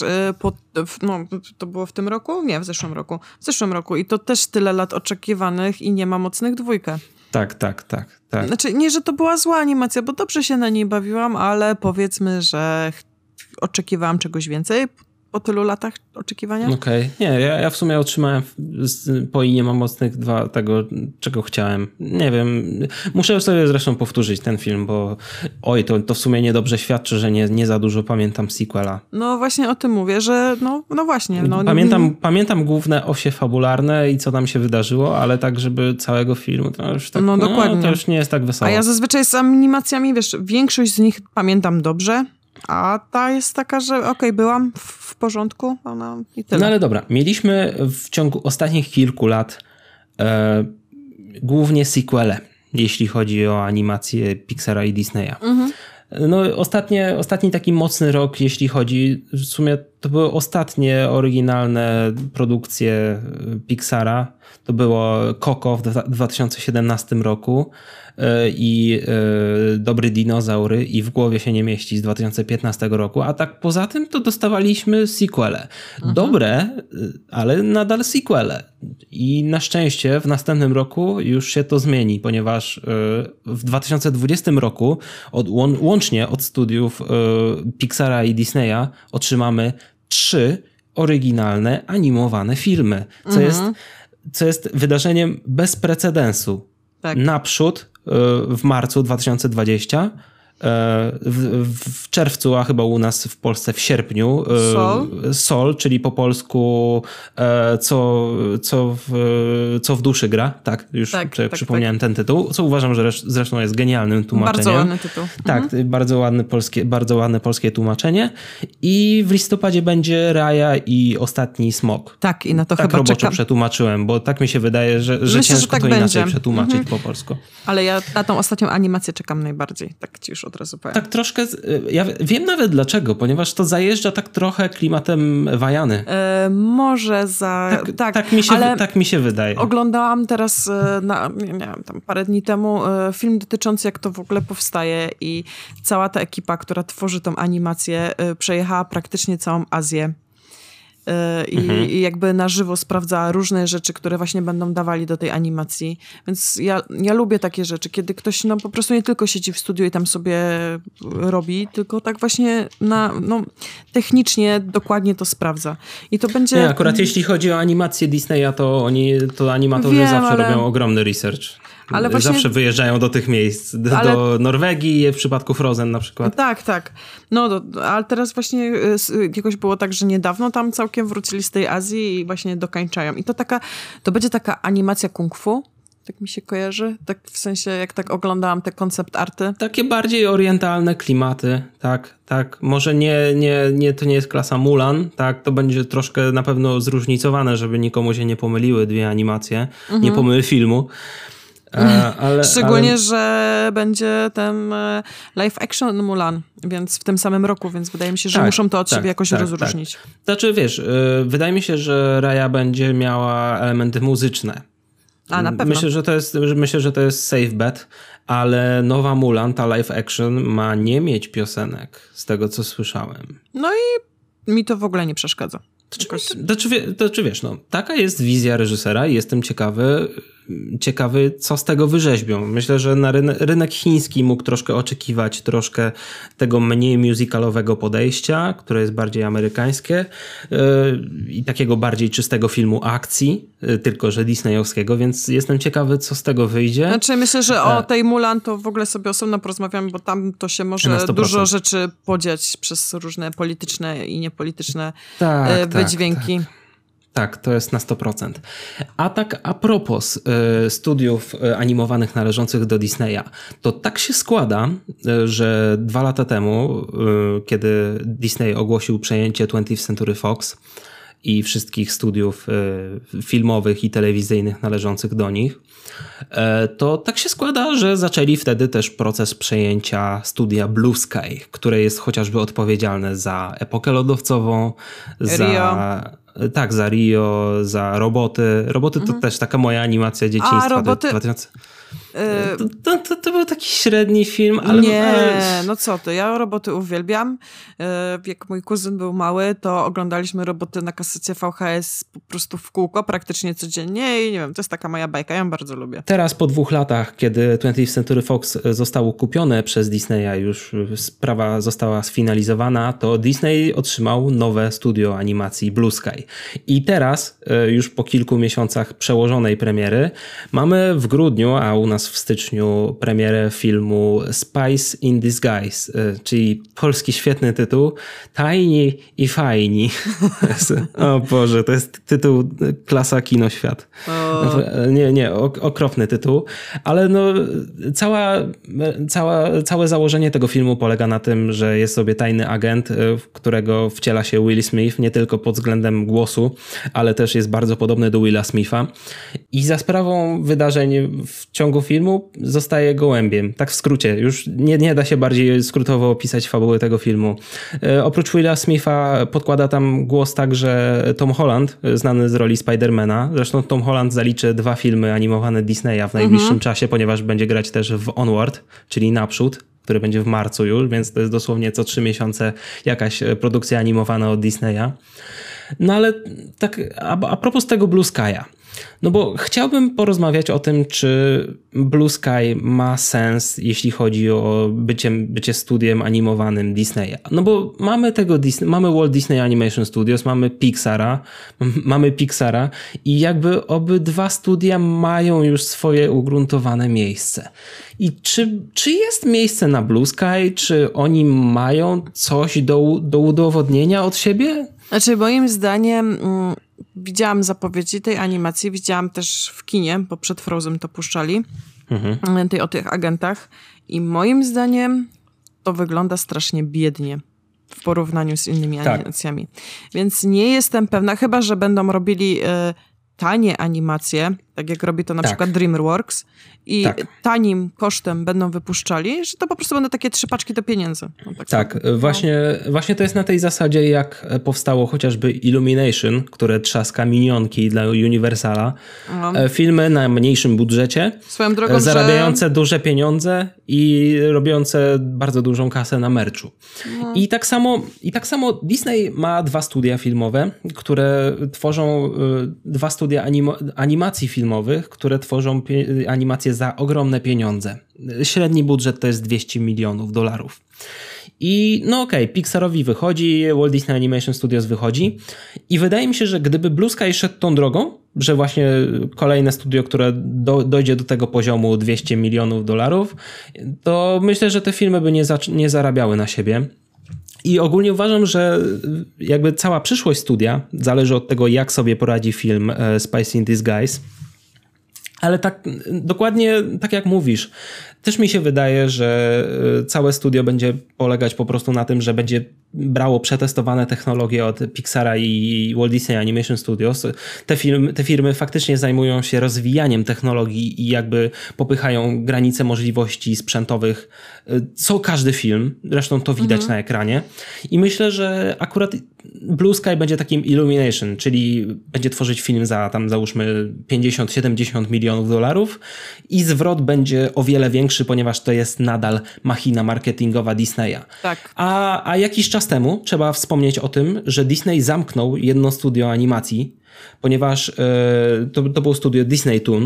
to było w tym roku? Nie, w zeszłym roku. W zeszłym roku i to też tyle lat oczekiwanych i Nie ma mocnych 2. Tak. Znaczy, nie, że to była zła animacja, bo dobrze się na niej bawiłam, ale powiedzmy, że oczekiwałam czegoś więcej po tylu latach oczekiwania. Okej. Nie, ja w sumie otrzymałem po I Nie ma mocnych 2 tego, czego chciałem. Nie wiem, muszę sobie zresztą powtórzyć ten film, bo to w sumie niedobrze świadczy, że nie za dużo pamiętam sequela. No właśnie o tym mówię, że no właśnie. No, pamiętam główne osie fabularne i co tam się wydarzyło, ale tak, żeby całego filmu, to już tak, dokładnie. To już nie jest tak wesoło. A ja zazwyczaj z animacjami, wiesz, większość z nich pamiętam dobrze, a ta jest taka, że byłam w porządku, i tyle. No ale dobra, mieliśmy w ciągu ostatnich kilku lat głównie sequele, jeśli chodzi o animację Pixara i Disneya. No ostatni taki mocny rok, jeśli chodzi, w sumie to były ostatnie oryginalne produkcje Pixara. To było Coco w 2017 roku i Dobry Dinozaury i W głowie się nie mieści z 2015 roku, a tak poza tym to dostawaliśmy sequele. Dobre, ale nadal sequele. I na szczęście w następnym roku już się to zmieni, ponieważ w 2020 roku łącznie od studiów Pixara i Disneya otrzymamy 3 oryginalne animowane filmy, co jest wydarzeniem bez precedensu. Tak. Naprzód w marcu 2020, w czerwcu, a chyba u nas w Polsce w sierpniu, Sol, czyli po polsku co w duszy gra. Tak, już przypomniałem ten tytuł, co uważam, że zresztą jest genialnym tłumaczeniem. Bardzo ładny tytuł. Tak, bardzo ładne polskie tłumaczenie. I w listopadzie będzie Raya i Ostatni Smok. Tak, i na to tak chyba roboczo czekam. przetłumaczyłem, bo tak mi się wydaje, że myślę, ciężko że tak to będzie. inaczej przetłumaczyć po polsku. Ale ja na tą ostatnią animację czekam najbardziej, tak ci już od razu powiem. Tak troszkę, ja wiem nawet dlaczego, ponieważ to zajeżdża tak trochę klimatem Wajany. Może tak mi się wydaje. Oglądałam teraz, nie wiem, tam parę dni temu film dotyczący jak to w ogóle powstaje i cała ta ekipa, która tworzy tą animację, przejechała praktycznie całą Azję. I jakby na żywo sprawdza różne rzeczy, które właśnie będą dawali do tej animacji. Więc ja lubię takie rzeczy, kiedy ktoś po prostu nie tylko siedzi w studiu i tam sobie robi, tylko tak właśnie technicznie dokładnie wyjadza. I to będzie... Nie, akurat jeśli chodzi o animację Disneya, to animatorzy zawsze robią ogromny research. Ale właśnie... Zawsze wyjeżdżają do tych miejsc, do Norwegii, w przypadku Frozen na przykład. Tak. Ale teraz właśnie jakoś było tak, że niedawno tam całkiem wrócili z tej Azji i właśnie dokańczają. I to będzie taka animacja kung fu, tak mi się kojarzy. Tak w sensie, jak tak oglądałam te koncept arty. Takie bardziej orientalne klimaty, tak. Może to nie jest klasa Mulan, tak, to będzie troszkę na pewno zróżnicowane, żeby nikomu się nie pomyliły dwie animacje, nie pomyl filmu. Szczególnie, że będzie ten live action Mulan, więc w tym samym roku, więc wydaje mi się, że muszą to od siebie jakoś rozróżnić. Tak. Znaczy, wiesz, wydaje mi się, że Raya będzie miała elementy muzyczne. A na pewno. Myślę, że to jest safe bet, ale nowa Mulan, ta live action, ma nie mieć piosenek, z tego co słyszałem. No i mi to w ogóle nie przeszkadza. Wiesz, taka jest wizja reżysera i jestem ciekawy, ciekawy, co z tego wyrzeźbią. Myślę, że na rynek chiński mógł troszkę oczekiwać troszkę tego mniej musicalowego podejścia, które jest bardziej amerykańskie i takiego bardziej czystego filmu akcji, tylko że disneyowskiego, więc jestem ciekawy, co z tego wyjdzie. Znaczy myślę, że o tej Mulan to w ogóle sobie osobno porozmawiamy, bo tam to się może dużo rzeczy podziać przez różne polityczne i niepolityczne wydźwięki. Tak, to jest na 100%. A tak a propos studiów animowanych należących do Disneya, to tak się składa, że 2 lata temu, kiedy Disney ogłosił przejęcie 20th Century Fox i wszystkich studiów filmowych i telewizyjnych należących do nich, to tak się składa, że zaczęli wtedy też proces przejęcia studia Blue Sky, które jest chociażby odpowiedzialne za Epokę Lodowcową, za Rio, za Roboty. Roboty to też taka moja animacja dzieciństwa. Roboty... 2000... To był taki średni film, ale... Nie, no co ty, ja Roboty uwielbiam. Jak mój kuzyn był mały, to oglądaliśmy Roboty na kasecie VHS po prostu w kółko, praktycznie codziennie i nie wiem, to jest taka moja bajka, ja ją bardzo lubię. Teraz po 2 latach, kiedy 20th Century Fox zostało kupione przez Disneya, już sprawa została sfinalizowana, to Disney otrzymał nowe studio animacji Blue Sky. I teraz, już po kilku miesiącach przełożonej premiery, mamy w grudniu, a u nas w styczniu premierę filmu Spice in Disguise, czyli polski świetny tytuł, Tajni i fajni. O Boże, to jest tytuł klasa kinoświat. Okropny tytuł, ale no całe założenie tego filmu polega na tym, że jest sobie tajny agent, w którego wciela się Will Smith, nie tylko pod względem głosu, ale też jest bardzo podobny do Willa Smitha i za sprawą wydarzeń w ciągu filmu zostaje gołębiem. Tak w skrócie. Już nie da się bardziej skrótowo opisać fabuły tego filmu. Oprócz Willa Smitha podkłada tam głos także Tom Holland, znany z roli Spidermana. Zresztą Tom Holland zaliczy 2 filmy animowane Disneya w najbliższym czasie, ponieważ będzie grać też w Onward, czyli Naprzód, który będzie w marcu już, więc to jest dosłownie co 3 miesiące jakaś produkcja animowana od Disneya. No ale tak a propos tego Blue Sky'a. No bo chciałbym porozmawiać o tym, czy Blue Sky ma sens, jeśli chodzi o bycie studiem animowanym Disneya. No bo mamy Walt Disney Animation Studios, mamy Pixara i jakby obydwa studia mają już swoje ugruntowane miejsce. I czy jest miejsce na Blue Sky? Czy oni mają coś do udowodnienia od siebie? Znaczy moim zdaniem... Widziałam zapowiedzi tej animacji, widziałam też w kinie, bo przed Frozen to puszczali, o tych agentach i moim zdaniem to wygląda strasznie biednie w porównaniu z innymi animacjami. Więc nie jestem pewna, chyba że będą robili tanie animacje, tak jak robi to na przykład DreamWorks i tanim kosztem będą wypuszczali, że to po prostu będą takie 3 paczki do pieniędzy. No, Właśnie to jest na tej zasadzie, jak powstało chociażby Illumination, które trzaska minionki dla Universala. Filmy na mniejszym budżecie, swoją drogą, zarabiające duże pieniądze i robiące bardzo dużą kasę na merchu. I tak samo Disney ma 2 studia filmowe, które tworzą 2 studia animacji filmowych, które tworzą animacje za ogromne pieniądze. Średni budżet to jest $200 milionów. I no okej, Pixarowi wychodzi, Walt Disney Animation Studios wychodzi i wydaje mi się, że gdyby Blue Sky szedł tą drogą, że właśnie kolejne studio, które dojdzie do tego poziomu $200 milionów, to myślę, że te filmy by nie zarabiały na siebie. I ogólnie uważam, że jakby cała przyszłość studia zależy od tego, jak sobie poradzi film Spice in Disguise. Ale tak dokładnie tak jak mówisz, też mi się wydaje, że całe studio będzie polegać po prostu na tym, że będzie brało przetestowane technologie od Pixara i Walt Disney Animation Studios. Te firmy faktycznie zajmują się rozwijaniem technologii i jakby popychają granice możliwości sprzętowych co każdy film. Zresztą to widać na ekranie. I myślę, że akurat Blue Sky będzie takim Illumination, czyli będzie tworzyć film za tam załóżmy $50-70 milionów i zwrot będzie o wiele większy, ponieważ to jest nadal machina marketingowa Disneya. Tak. A jakiś czas temu trzeba wspomnieć o tym, że Disney zamknął jedno studio animacji, ponieważ to było studio Disney Toon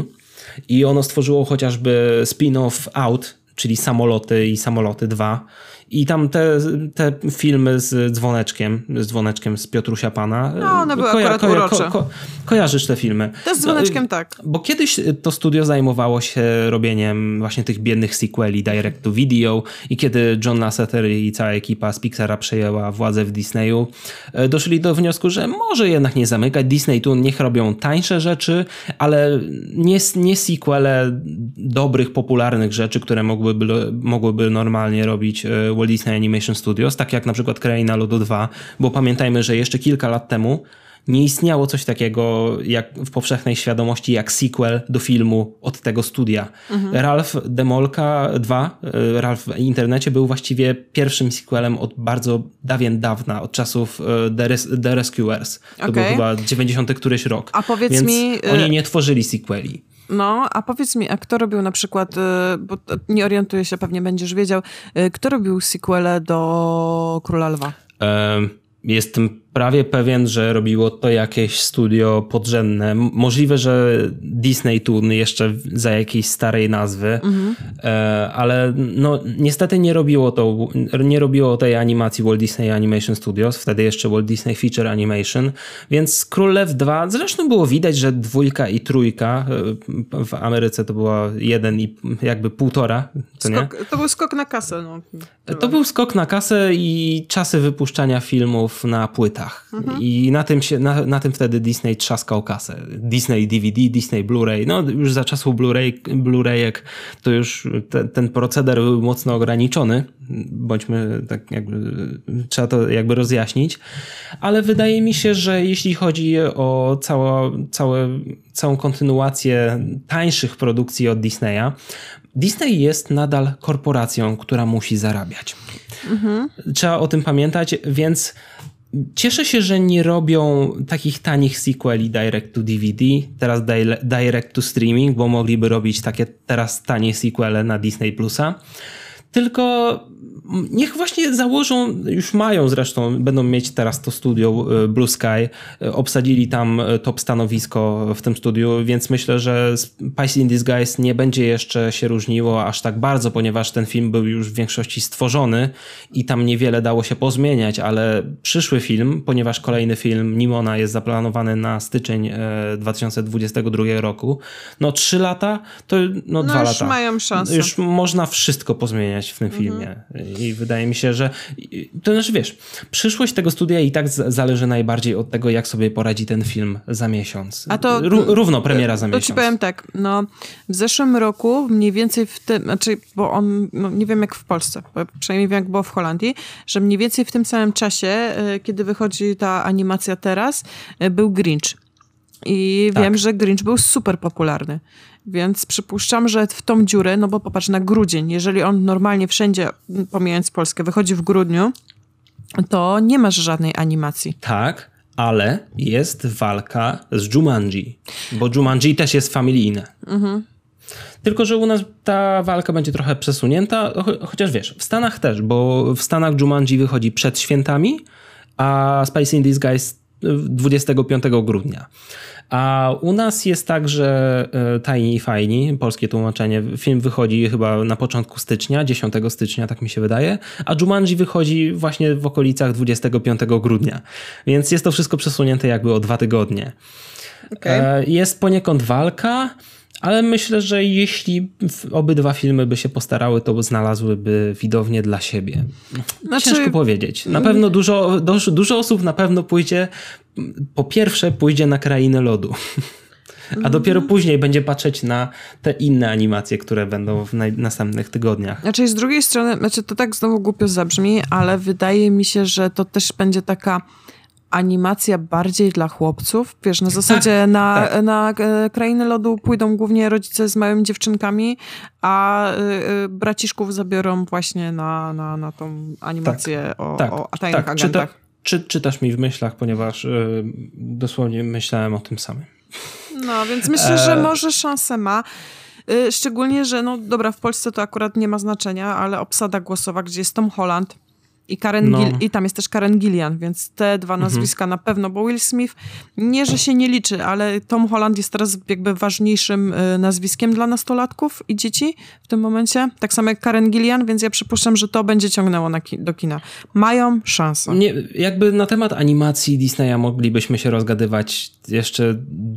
I ono stworzyło chociażby spin-off Out, czyli Samoloty i Samoloty 2. I tam te filmy z dzwoneczkiem z Piotrusia Pana. No, one były akurat urocze. Kojarzysz te filmy? Też z dzwoneczkiem tak. Bo kiedyś to studio zajmowało się robieniem właśnie tych biednych sequeli direct to video i kiedy John Lasseter i cała ekipa z Pixara przejęła władzę w Disneyu, doszli do wniosku, że może jednak nie zamykać Disney tu, niech robią tańsze rzeczy, ale nie sequele dobrych, popularnych rzeczy, które mogłyby normalnie robić Walt Disney Animation Studios, tak jak na przykład Kraina Lodu 2, bo pamiętajmy, że jeszcze kilka lat temu nie istniało coś takiego jak w powszechnej świadomości jak sequel do filmu od tego studia. Ralph Demolka 2, Ralph w internecie był właściwie pierwszym sequelem od bardzo dawna, od czasów The Rescuers. To był chyba 90 któryś rok. A powiedz Więc mi... oni nie tworzyli sequeli. No, a powiedz mi, a kto robił na przykład, bo nie orientuję się, pewnie będziesz wiedział, kto robił sequele do Króla Lwa? Jestem prawie pewien, że robiło to jakieś studio podrzędne. Możliwe, że Disney Toon jeszcze za jakiejś starej nazwy, ale no niestety nie robiło tej animacji Walt Disney Animation Studios, wtedy jeszcze Walt Disney Feature Animation, więc Król Lew 2, zresztą było widać, że 2 i 3 w Ameryce to była 1 i jakby 1,5, to nie? To był skok na kasę. No. To był skok na kasę i czasy wypuszczania filmów na płytach. I na tym wtedy Disney trzaskał kasę. Disney DVD, Disney Blu-ray. No już za czasów Blu-rayek to już ten proceder był mocno ograniczony. Bądźmy tak jakby, trzeba to jakby rozjaśnić. Ale wydaje mi się, że jeśli chodzi o całą kontynuację tańszych produkcji od Disneya, Disney jest nadal korporacją, która musi zarabiać. Trzeba o tym pamiętać, więc cieszę się, że nie robią takich tanich sequeli direct to DVD, teraz direct to streaming, bo mogliby robić takie teraz tanie sequele na Disney Plusa. Tylko niech właśnie założą, już mają zresztą, będą mieć teraz to studio Blue Sky, obsadzili tam top stanowisko w tym studiu, więc myślę, że Spies in Disguise nie będzie jeszcze się różniło aż tak bardzo, ponieważ ten film był już w większości stworzony i tam niewiele dało się pozmieniać, ale przyszły film, ponieważ kolejny film Nimona jest zaplanowany na styczeń 2022 roku, no 3 lata, to 2 lata. Już mają szansę. Już można wszystko pozmieniać w tym filmie. I wydaje mi się, że to znaczy, wiesz, przyszłość tego studia i tak zależy najbardziej od tego, jak sobie poradzi ten film za miesiąc. A to równo premiera za miesiąc. To ci powiem tak, no w zeszłym roku mniej więcej w tym, znaczy, bo on, no, nie wiem jak w Polsce, przynajmniej wiem jak było w Holandii, że mniej więcej w tym samym czasie, kiedy wychodzi ta animacja teraz, był Grinch. I wiem, że Grinch był super popularny. Więc przypuszczam, że w tą dziurę, no bo popatrz na grudzień, jeżeli on normalnie wszędzie, pomijając Polskę, wychodzi w grudniu, to nie masz żadnej animacji. Tak, ale jest walka z Jumanji, bo Jumanji też jest familijne. Tylko że u nas ta walka będzie trochę przesunięta, chociaż wiesz, w Stanach też, bo w Stanach Jumanji wychodzi przed świętami, a Spies in Disguise 25 grudnia. A u nas jest tak, że Tajni i Fajni, polskie tłumaczenie, film wychodzi chyba na początku stycznia, 10 stycznia, tak mi się wydaje, a Jumanji wychodzi właśnie w okolicach 25 grudnia. Więc jest to wszystko przesunięte jakby o 2 tygodnie. Okay. Jest poniekąd walka, ale myślę, że jeśli obydwa filmy by się postarały, to znalazłyby widownię dla siebie. Ciężko powiedzieć. Na pewno dużo osób na pewno pójdzie, po pierwsze pójdzie na Krainę Lodu, a dopiero później będzie patrzeć na te inne animacje, które będą w następnych tygodniach. Znaczy z drugiej strony, to tak znowu głupio zabrzmi, ale wydaje mi się, że to też będzie taka animacja bardziej dla chłopców. Wiesz, na zasadzie na Krainę Lodu pójdą głównie rodzice z małymi dziewczynkami, a braciszków zabiorą właśnie na tą animację o tajnych agentach. Czytasz mi w myślach, ponieważ dosłownie myślałem o tym samym. No, więc myślę, że może szansę ma. Szczególnie, że no dobra, w Polsce to akurat nie ma znaczenia, ale obsada głosowa, gdzie jest Tom Holland, I tam jest też Karen Gillian, więc te dwa nazwiska na pewno, bo Will Smith nie, że się nie liczy, ale Tom Holland jest teraz jakby ważniejszym nazwiskiem dla nastolatków i dzieci w tym momencie. Tak samo jak Karen Gillian, więc ja przypuszczam, że to będzie ciągnęło do kina. Mają szansę. Nie, jakby na temat animacji Disneya moglibyśmy się rozgadywać jeszcze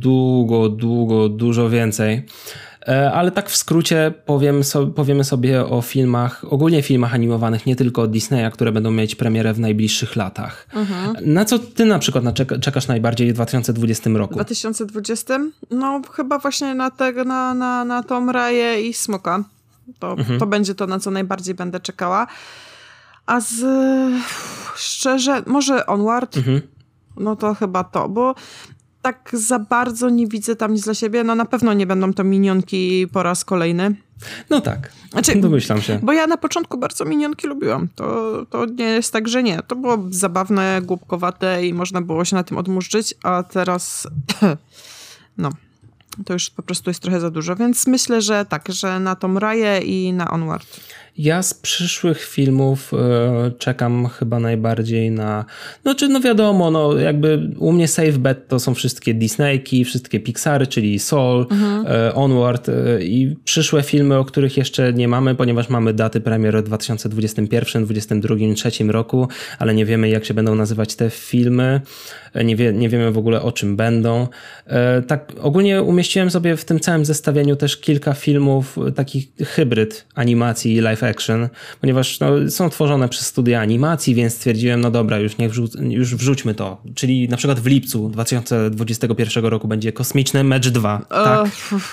dużo więcej. Ale tak w skrócie powiemy sobie o filmach, ogólnie filmach animowanych, nie tylko od Disneya, które będą mieć premierę w najbliższych latach. Na co ty na przykład czekasz najbardziej w 2020 roku? W 2020? No chyba właśnie na Tom Raję i Smoka. To będzie to, na co najbardziej będę czekała. A szczerze, może Onward? No to chyba to, bo tak za bardzo nie widzę tam nic dla siebie. No na pewno nie będą to Minionki po raz kolejny. No tak, domyślam się. Bo ja na początku bardzo Minionki lubiłam. To nie jest tak, że nie. To było zabawne, głupkowate i można było się na tym odmurzyć, a teraz no, to już po prostu jest trochę za dużo. Więc myślę, że tak, że na Tom Raję i na Onward. Ja z przyszłych filmów czekam chyba najbardziej na... No wiadomo, jakby u mnie safe bet to są wszystkie Disneyki, wszystkie Pixary, czyli Soul, Onward i przyszłe filmy, o których jeszcze nie mamy, ponieważ mamy daty premier w 2021, 2022, 2023 roku, ale nie wiemy, jak się będą nazywać te filmy. Nie wiemy w ogóle, o czym będą. Tak ogólnie umieściłem sobie w tym całym zestawieniu też kilka filmów, takich hybryd animacji i live action, ponieważ są tworzone przez studia animacji, więc stwierdziłem, no dobra, już wrzućmy to. Czyli na przykład w lipcu 2021 roku będzie Kosmiczny Mecz 2. Tak?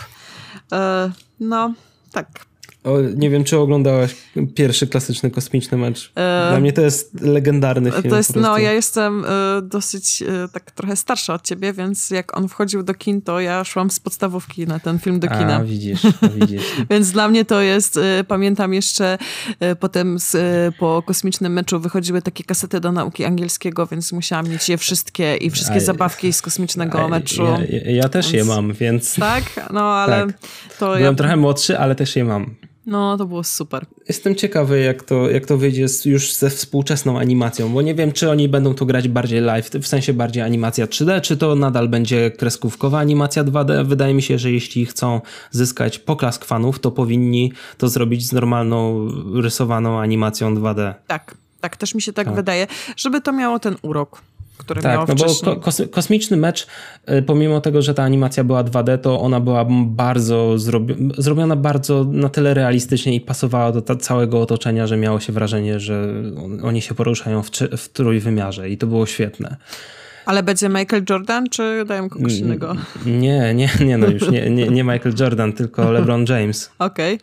No, tak. Nie wiem, czy oglądałaś pierwszy klasyczny Kosmiczny Mecz. Dla mnie to jest legendarny film. To jest, ja jestem dosyć tak trochę starsza od ciebie, więc jak on wchodził do kin, to ja szłam z podstawówki na ten film do kina. Widzisz. Więc dla mnie to jest, pamiętam jeszcze potem po Kosmicznym Meczu wychodziły takie kasety do nauki angielskiego, więc musiałam mieć je wszystkie i wszystkie zabawki z Kosmicznego Meczu. Ja też je mam, więc... Tak? No, ale tak. to Byłem trochę młodszy, ale też je mam. No, to było super. Jestem ciekawy, jak to wyjdzie już ze współczesną animacją, bo nie wiem, czy oni będą to grać bardziej live, w sensie bardziej animacja 3D, czy to nadal będzie kreskówkowa animacja 2D. Wydaje mi się, że jeśli chcą zyskać poklask fanów, to powinni to zrobić z normalną, rysowaną animacją 2D. Tak, też mi się tak wydaje, żeby to miało ten urok, które miało wcześniej. Bo Kosmiczny Mecz, pomimo tego, że ta animacja była 2D, to ona była bardzo zrobiona bardzo na tyle realistycznie i pasowała do całego otoczenia, że miało się wrażenie, że oni się poruszają w trójwymiarze i to było świetne. Ale będzie Michael Jordan, czy dają kogoś innego? Nie, już nie Michael Jordan, tylko LeBron James. Okej.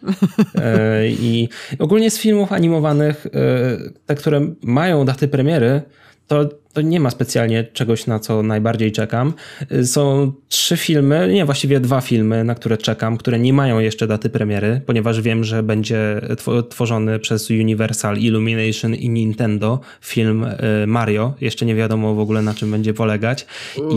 I ogólnie z filmów animowanych, te, które mają daty premiery, to nie ma specjalnie czegoś, na co najbardziej czekam. Są 3 filmy, właściwie 2 filmy, na które czekam, które nie mają jeszcze daty premiery, ponieważ wiem, że będzie tworzony przez Universal, Illumination i Nintendo film Mario. Jeszcze nie wiadomo w ogóle, na czym będzie polegać.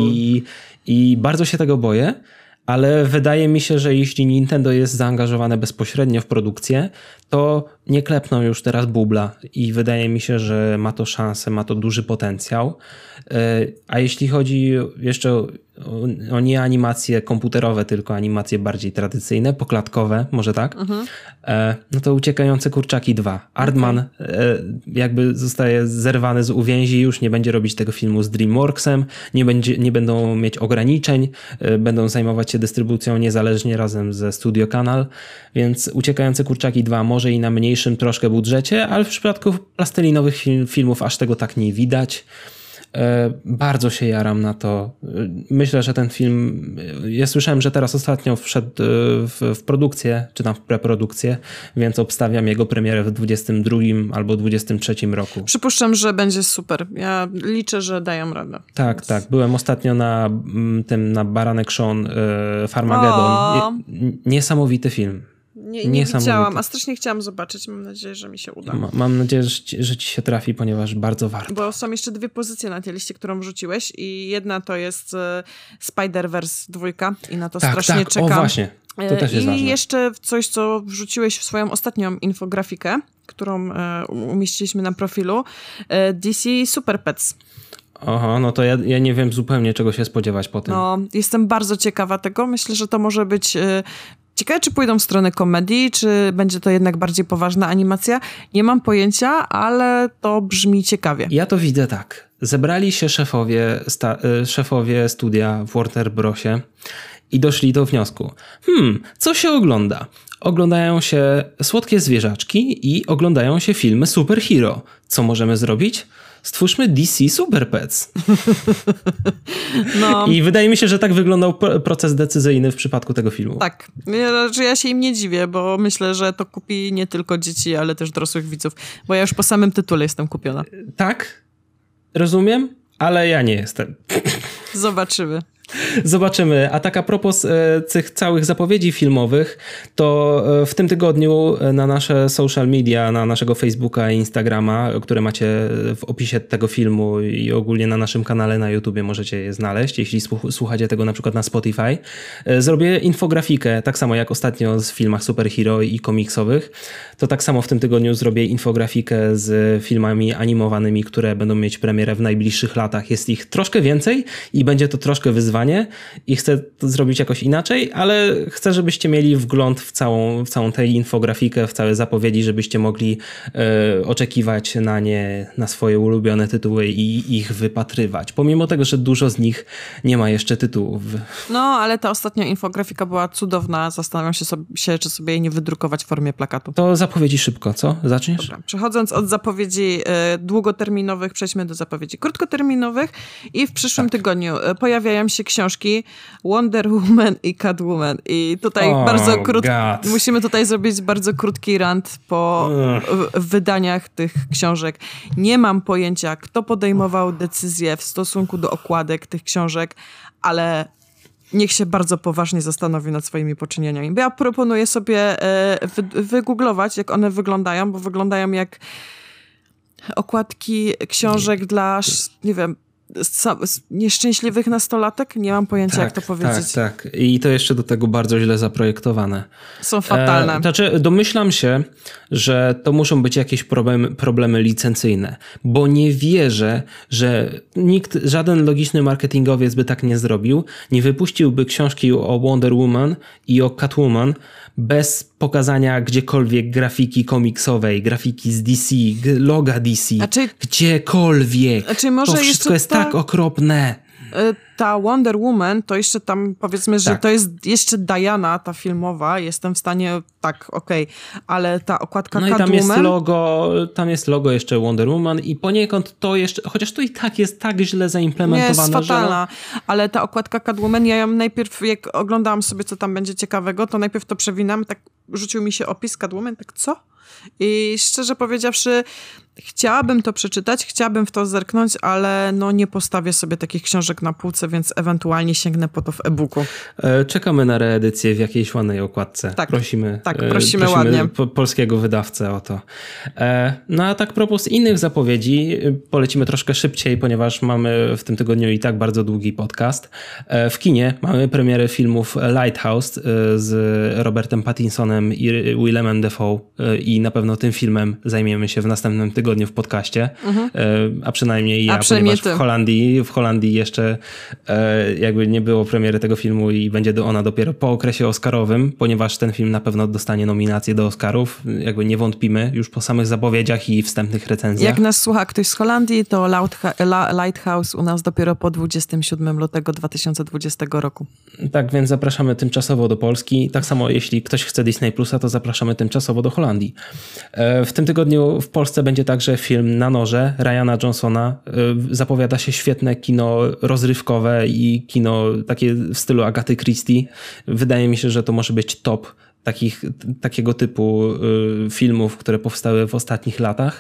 I bardzo się tego boję. Ale wydaje mi się, że jeśli Nintendo jest zaangażowane bezpośrednio w produkcję, to nie klepną już teraz bubla i wydaje mi się, że ma to szansę, ma to duży potencjał. A jeśli chodzi jeszcze o nie animacje komputerowe, tylko animacje bardziej tradycyjne, poklatkowe, może tak, no to Uciekające kurczaki 2. Aardman jakby zostaje zerwany z uwięzi, już nie będzie robić tego filmu z DreamWorksem, nie będą mieć ograniczeń, będą zajmować się dystrybucją niezależnie razem ze Studio Canal, więc Uciekające kurczaki 2 może i na mniejszym troszkę budżecie, ale w przypadku plastelinowych filmów aż tego tak nie widać. Bardzo się jaram na to. Myślę, że ten film, ja słyszałem, że teraz ostatnio wszedł w produkcję, czy tam w preprodukcję, więc obstawiam jego premierę w 22 albo 23 roku. Przypuszczam, że będzie super. Ja liczę, że dają radę. Tak. Byłem ostatnio na Baranek Sean Farmageddon. Niesamowity film. Nie widziałam, a strasznie chciałam zobaczyć. Mam nadzieję, że mi się uda. Mam nadzieję, że ci się trafi, ponieważ bardzo warto. Bo są jeszcze 2 pozycje na tej liście, którą wrzuciłeś i jedna to jest Spider-Verse 2 i na to strasznie czekam. O właśnie. To też jest ważne. I jeszcze coś, co wrzuciłeś w swoją ostatnią infografikę, którą umieściliśmy na profilu, DC Super Pets. Aha, no to ja nie wiem zupełnie, czego się spodziewać po tym. No, jestem bardzo ciekawa tego. Myślę, że to może być... Ciekawe, czy pójdą w stronę komedii, czy będzie to jednak bardziej poważna animacja. Nie mam pojęcia, ale to brzmi ciekawie. Ja to widzę tak. Zebrali się szefowie studia w Warner Brosie i doszli do wniosku. Co się ogląda? Oglądają się słodkie zwierzaczki i oglądają się filmy superhero. Co możemy zrobić? Stwórzmy DC Super Pets. No. I wydaje mi się, że tak wyglądał proces decyzyjny w przypadku tego filmu. Tak. Ja się im nie dziwię, bo myślę, że to kupi nie tylko dzieci, ale też dorosłych widzów. Bo ja już po samym tytule jestem kupiona. Tak, rozumiem, ale ja nie jestem. Zobaczymy. A tak a propos tych całych zapowiedzi filmowych, to w tym tygodniu na nasze social media, na naszego Facebooka i Instagrama, które macie w opisie tego filmu i ogólnie na naszym kanale na YouTubie możecie je znaleźć, jeśli słuchacie tego na przykład na Spotify, zrobię infografikę, tak samo jak ostatnio z filmach superhero i komiksowych, to tak samo w tym tygodniu zrobię infografikę z filmami animowanymi, które będą mieć premierę w najbliższych latach. Jest ich troszkę więcej i będzie to troszkę wyzwanie i chcę to zrobić jakoś inaczej, ale chcę, żebyście mieli wgląd w całą tę infografikę, w całe zapowiedzi, żebyście mogli oczekiwać na nie, na swoje ulubione tytuły i ich wypatrywać. Pomimo tego, że dużo z nich nie ma jeszcze tytułów. No, ale ta ostatnia infografika była cudowna. Zastanawiam się, czy sobie jej nie wydrukować w formie plakatu. To zapowiedzi szybko, co? Zaczniesz? Dobra. Przechodząc od zapowiedzi długoterminowych, przejdźmy do zapowiedzi krótkoterminowych i w przyszłym tygodniu pojawiają się książki Wonder Woman i Catwoman. I tutaj musimy tutaj zrobić bardzo krótki rant po wydaniach tych książek. Nie mam pojęcia, kto podejmował decyzję w stosunku do okładek tych książek, ale niech się bardzo poważnie zastanowi nad swoimi poczynieniami. Bo ja proponuję sobie wygooglować, jak one wyglądają, bo wyglądają jak okładki książek dla, nie wiem, nieszczęśliwych nastolatek? Nie mam pojęcia, jak to powiedzieć. Tak. I to jeszcze do tego bardzo źle zaprojektowane. Są fatalne. Znaczy, domyślam się, że to muszą być jakieś problemy licencyjne, bo nie wierzę, że żaden logiczny marketingowiec by tak nie zrobił, nie wypuściłby książki o Wonder Woman i o Catwoman bez pokazania gdziekolwiek grafiki komiksowej, grafiki z DC, loga DC, gdziekolwiek. Może to wszystko jest tak okropne. Ta Wonder Woman, to jeszcze tam powiedzmy, że to jest jeszcze Diana, ta filmowa, jestem w stanie, ale ta okładka Catwoman... tam jest logo jeszcze Wonder Woman i poniekąd to jeszcze, chociaż to i tak jest tak źle zaimplementowane, jest fatalna, ale ta okładka Catwoman, ja ją najpierw, jak oglądałam sobie, co tam będzie ciekawego, to najpierw to przewinam, tak rzucił mi się opis Catwoman, tak co? I szczerze powiedziawszy, chciałabym to przeczytać, chciałabym w to zerknąć, ale nie postawię sobie takich książek na półce, więc ewentualnie sięgnę po to w e-booku. Czekamy na reedycję w jakiejś ładnej okładce. Prosimy ładnie. Polskiego wydawcę o to. No a tak propos innych zapowiedzi, polecimy troszkę szybciej, ponieważ mamy w tym tygodniu i tak bardzo długi podcast. W kinie mamy premierę filmów Lighthouse z Robertem Pattinsonem i Willemem Dafoe i na pewno tym filmem zajmiemy się w następnym tygodniu w podcaście, a przynajmniej ja, ponieważ w Holandii jeszcze jakby nie było premiery tego filmu i będzie ona dopiero po okresie oscarowym, ponieważ ten film na pewno dostanie nominację do Oscarów, jakby nie wątpimy już po samych zapowiedziach i wstępnych recenzjach. Jak nas słucha ktoś z Holandii, to Lighthouse u nas dopiero po 27 lutego 2020 roku. Tak, więc zapraszamy tymczasowo do Polski. Tak samo jeśli ktoś chce Disney Plusa, to zapraszamy tymczasowo do Holandii. W tym tygodniu w Polsce będzie także film Na noże Ryana Johnsona. Zapowiada się świetne kino rozrywkowe i kino takie w stylu Agaty Christie. Wydaje mi się, że to może być top takiego typu filmów, które powstały w ostatnich latach.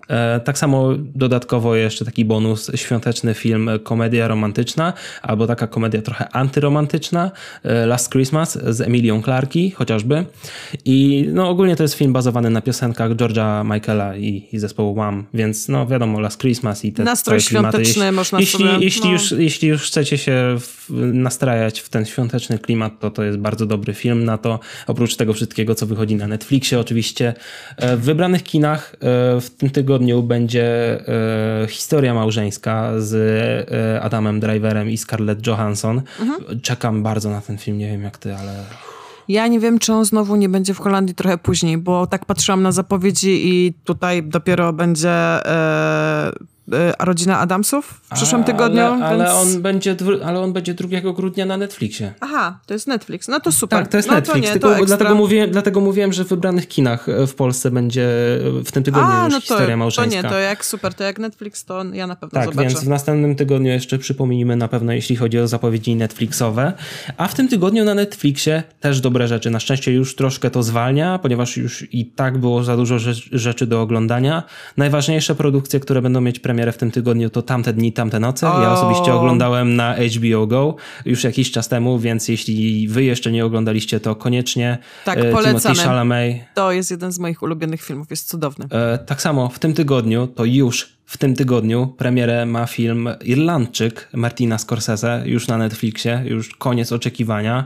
Tak samo dodatkowo jeszcze taki bonus, świąteczny film, komedia romantyczna, albo taka komedia trochę antyromantyczna, Last Christmas z Emilią Clarke chociażby. I no ogólnie to jest film bazowany na piosenkach George'a Michaela i zespołu Wham, więc no wiadomo, Last Christmas i te nastrój świąteczny można sobie... Jeśli już chcecie się nastrajać w ten świąteczny klimat, to jest bardzo dobry film na to. Oprócz tego wszystkiego, co wychodzi na Netflixie oczywiście. W wybranych kinach w tym tygodniu będzie Historia małżeńska z Adamem Driverem i Scarlett Johansson. Czekam bardzo na ten film, nie wiem jak ty, ale... Ja nie wiem, czy on znowu nie będzie w Holandii trochę później, bo tak patrzyłam na zapowiedzi i tutaj dopiero będzie Rodzina Adamsów w przyszłym tygodniu. Ale on będzie 2 grudnia na Netflixie. Aha, to jest Netflix. No to super. Tak, to jest no Netflix. To nie, tylko to dlatego mówiłem, że w wybranych kinach w Polsce będzie w tym tygodniu już Historia małżeńska. To nie, to jak super, to jak Netflix, to ja na pewno zobaczę. Tak, więc w następnym tygodniu jeszcze przypomnimy na pewno, jeśli chodzi o zapowiedzi Netflixowe. A w tym tygodniu na Netflixie też dobre rzeczy. Na szczęście już troszkę to zwalnia, ponieważ już i tak było za dużo rzeczy do oglądania. Najważniejsze produkcje, które będą mieć premierę w tym tygodniu, to Tamte dni, tamte noce. Ja osobiście oglądałem na HBO Go już jakiś czas temu, więc jeśli wy jeszcze nie oglądaliście, to koniecznie. Tak, polecamy. Timothée Chalamet. To jest jeden z moich ulubionych filmów, jest cudowny. Tak samo w tym tygodniu, to już w tym tygodniu premierę ma film Irlandczyk Martina Scorsese, już na Netflixie, już koniec oczekiwania,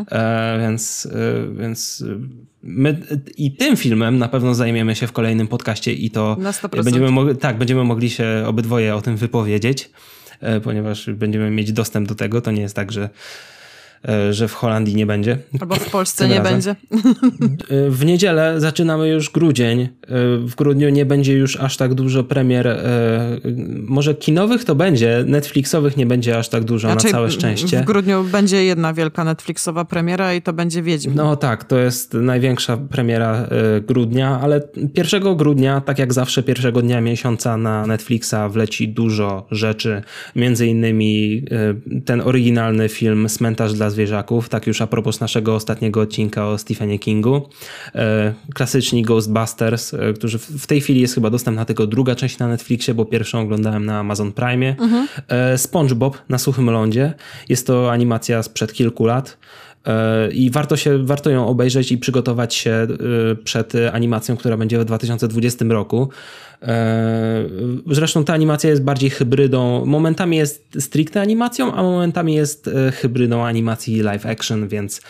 więc my i tym filmem na pewno zajmiemy się w kolejnym podcaście i to na 100%. będziemy mogli się obydwoje o tym wypowiedzieć, ponieważ będziemy mieć dostęp do tego. To nie jest tak, że w Holandii nie będzie. Albo w Polsce nie będzie. W niedzielę zaczynamy już grudzień. W grudniu nie będzie już aż tak dużo premier. Może kinowych to będzie, Netflixowych nie będzie aż tak dużo, na całe szczęście. W grudniu będzie jedna wielka Netflixowa premiera i to będzie Wiedźmin. No tak, to jest największa premiera grudnia, ale 1 grudnia, tak jak zawsze, pierwszego dnia miesiąca na Netflixa wleci dużo rzeczy. Między innymi ten oryginalny film Cmentarz dla zwierzaków, tak już a propos naszego ostatniego odcinka o Stephenie Kingu. Klasyczni Ghostbusters, którzy w tej chwili jest chyba dostępna tylko druga część na Netflixie, bo pierwszą oglądałem na Amazon Prime. SpongeBob na suchym lądzie. Jest to animacja sprzed kilku lat. I warto ją obejrzeć i przygotować się przed animacją, która będzie w 2020 roku. Zresztą ta animacja jest bardziej hybrydą. Momentami jest stricte animacją, a momentami jest hybrydą animacji live action, więc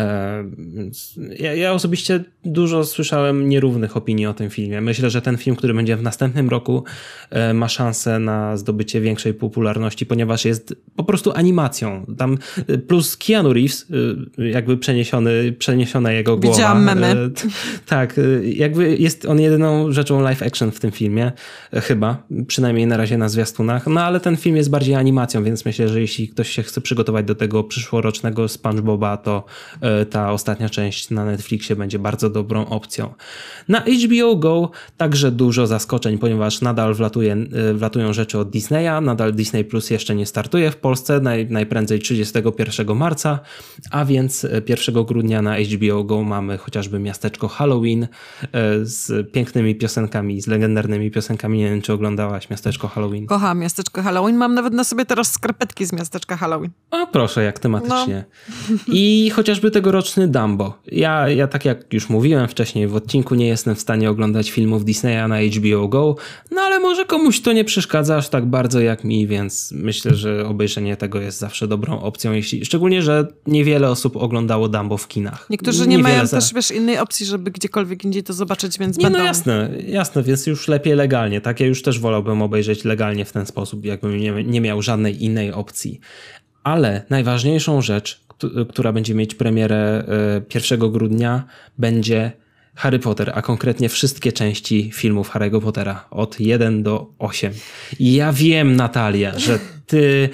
ja osobiście dużo słyszałem nierównych opinii o tym filmie. Myślę, że ten film, który będzie w następnym roku, ma szansę na zdobycie większej popularności, ponieważ jest po prostu animacją. Tam plus Keanu Reeves, jakby przeniesiona jego głowa. Widziałam memy. Tak, jakby jest on jedyną rzeczą live action w tym filmie, chyba, przynajmniej na razie na zwiastunach, no ale ten film jest bardziej animacją, więc myślę, że jeśli ktoś się chce przygotować do tego przyszłorocznego SpongeBoba, to ta ostatnia część na Netflixie będzie bardzo dobrą opcją. Na HBO Go także dużo zaskoczeń, ponieważ nadal wlatują rzeczy od Disneya, nadal Disney Plus jeszcze nie startuje w Polsce, najprędzej 31 marca, a więc 1 grudnia na HBO Go mamy chociażby Miasteczko Halloween z pięknymi piosenkami, z legendarnymi piosenkami. Nie wiem, czy oglądałaś Miasteczko Halloween. Kocham Miasteczko Halloween. Mam nawet na sobie teraz skarpetki z Miasteczka Halloween. O proszę, jak tematycznie. No. I chociażby tegoroczny Dumbo. Ja tak jak już mówiłem wcześniej w odcinku, nie jestem w stanie oglądać filmów Disneya na HBO Go, no ale może komuś to nie przeszkadza aż tak bardzo jak mi, więc myślę, że obejrzenie tego jest zawsze dobrą opcją, szczególnie, że niewiele osób oglądało Dumbo w kinach. Niektórzy nie mają też innej opcji, żeby gdziekolwiek indziej to zobaczyć, więc nie, będą... No jasne, więc już lepiej legalnie, tak? Ja już też wolałbym obejrzeć legalnie w ten sposób, jakbym nie miał żadnej innej opcji. Ale najważniejszą rzecz, która będzie mieć premierę 1 grudnia, będzie Harry Potter, a konkretnie wszystkie części filmów Harry'ego Pottera od 1 do 8. I ja wiem, Natalia, że ty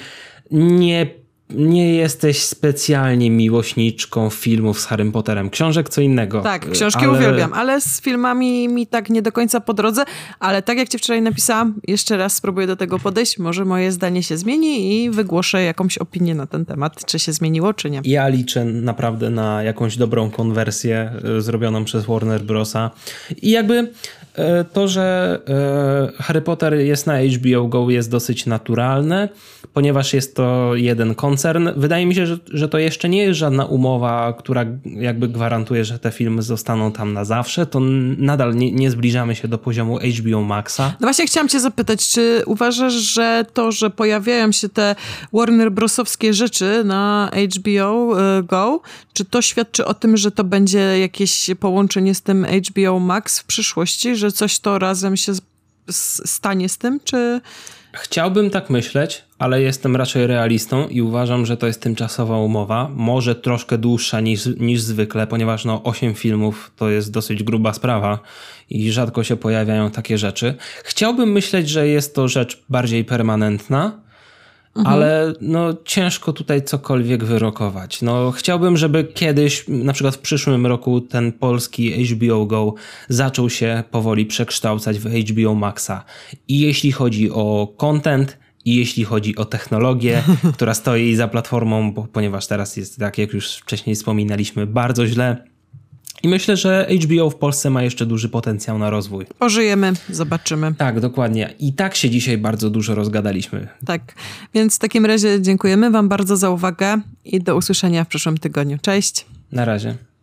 nie jesteś specjalnie miłośniczką filmów z Harrym Potterem. Książek co innego. Tak, książki uwielbiam, ale z filmami mi tak nie do końca po drodze, ale tak jak ci wczoraj napisałam, jeszcze raz spróbuję do tego podejść, może moje zdanie się zmieni i wygłoszę jakąś opinię na ten temat, czy się zmieniło, czy nie. Ja liczę naprawdę na jakąś dobrą konwersję zrobioną przez Warner Brosa i jakby To, że Harry Potter jest na HBO Go, jest dosyć naturalne, ponieważ jest to jeden koncern. Wydaje mi się, że to jeszcze nie jest żadna umowa, która jakby gwarantuje, że te filmy zostaną tam na zawsze. To nadal nie zbliżamy się do poziomu HBO Maxa. No właśnie chciałam cię zapytać, czy uważasz, że to, że pojawiają się te Warner Brosowskie rzeczy na HBO Go, czy to świadczy o tym, że to będzie jakieś połączenie z tym HBO Max w przyszłości, że coś to razem się stanie z tym, czy... Chciałbym tak myśleć, ale jestem raczej realistą i uważam, że to jest tymczasowa umowa. Może troszkę dłuższa niż zwykle, ponieważ 8 filmów to jest dosyć gruba sprawa i rzadko się pojawiają takie rzeczy. Chciałbym myśleć, że jest to rzecz bardziej permanentna, ale ciężko tutaj cokolwiek wyrokować. Chciałbym, żeby kiedyś, na przykład w przyszłym roku, ten polski HBO Go zaczął się powoli przekształcać w HBO Maxa. I jeśli chodzi o content, i jeśli chodzi o technologię, która stoi za platformą, ponieważ teraz jest, tak jak już wcześniej wspominaliśmy, bardzo źle. I myślę, że HBO w Polsce ma jeszcze duży potencjał na rozwój. Pożyjemy, zobaczymy. Tak, dokładnie. I tak się dzisiaj bardzo dużo rozgadaliśmy. Tak, więc w takim razie dziękujemy wam bardzo za uwagę i do usłyszenia w przyszłym tygodniu. Cześć. Na razie.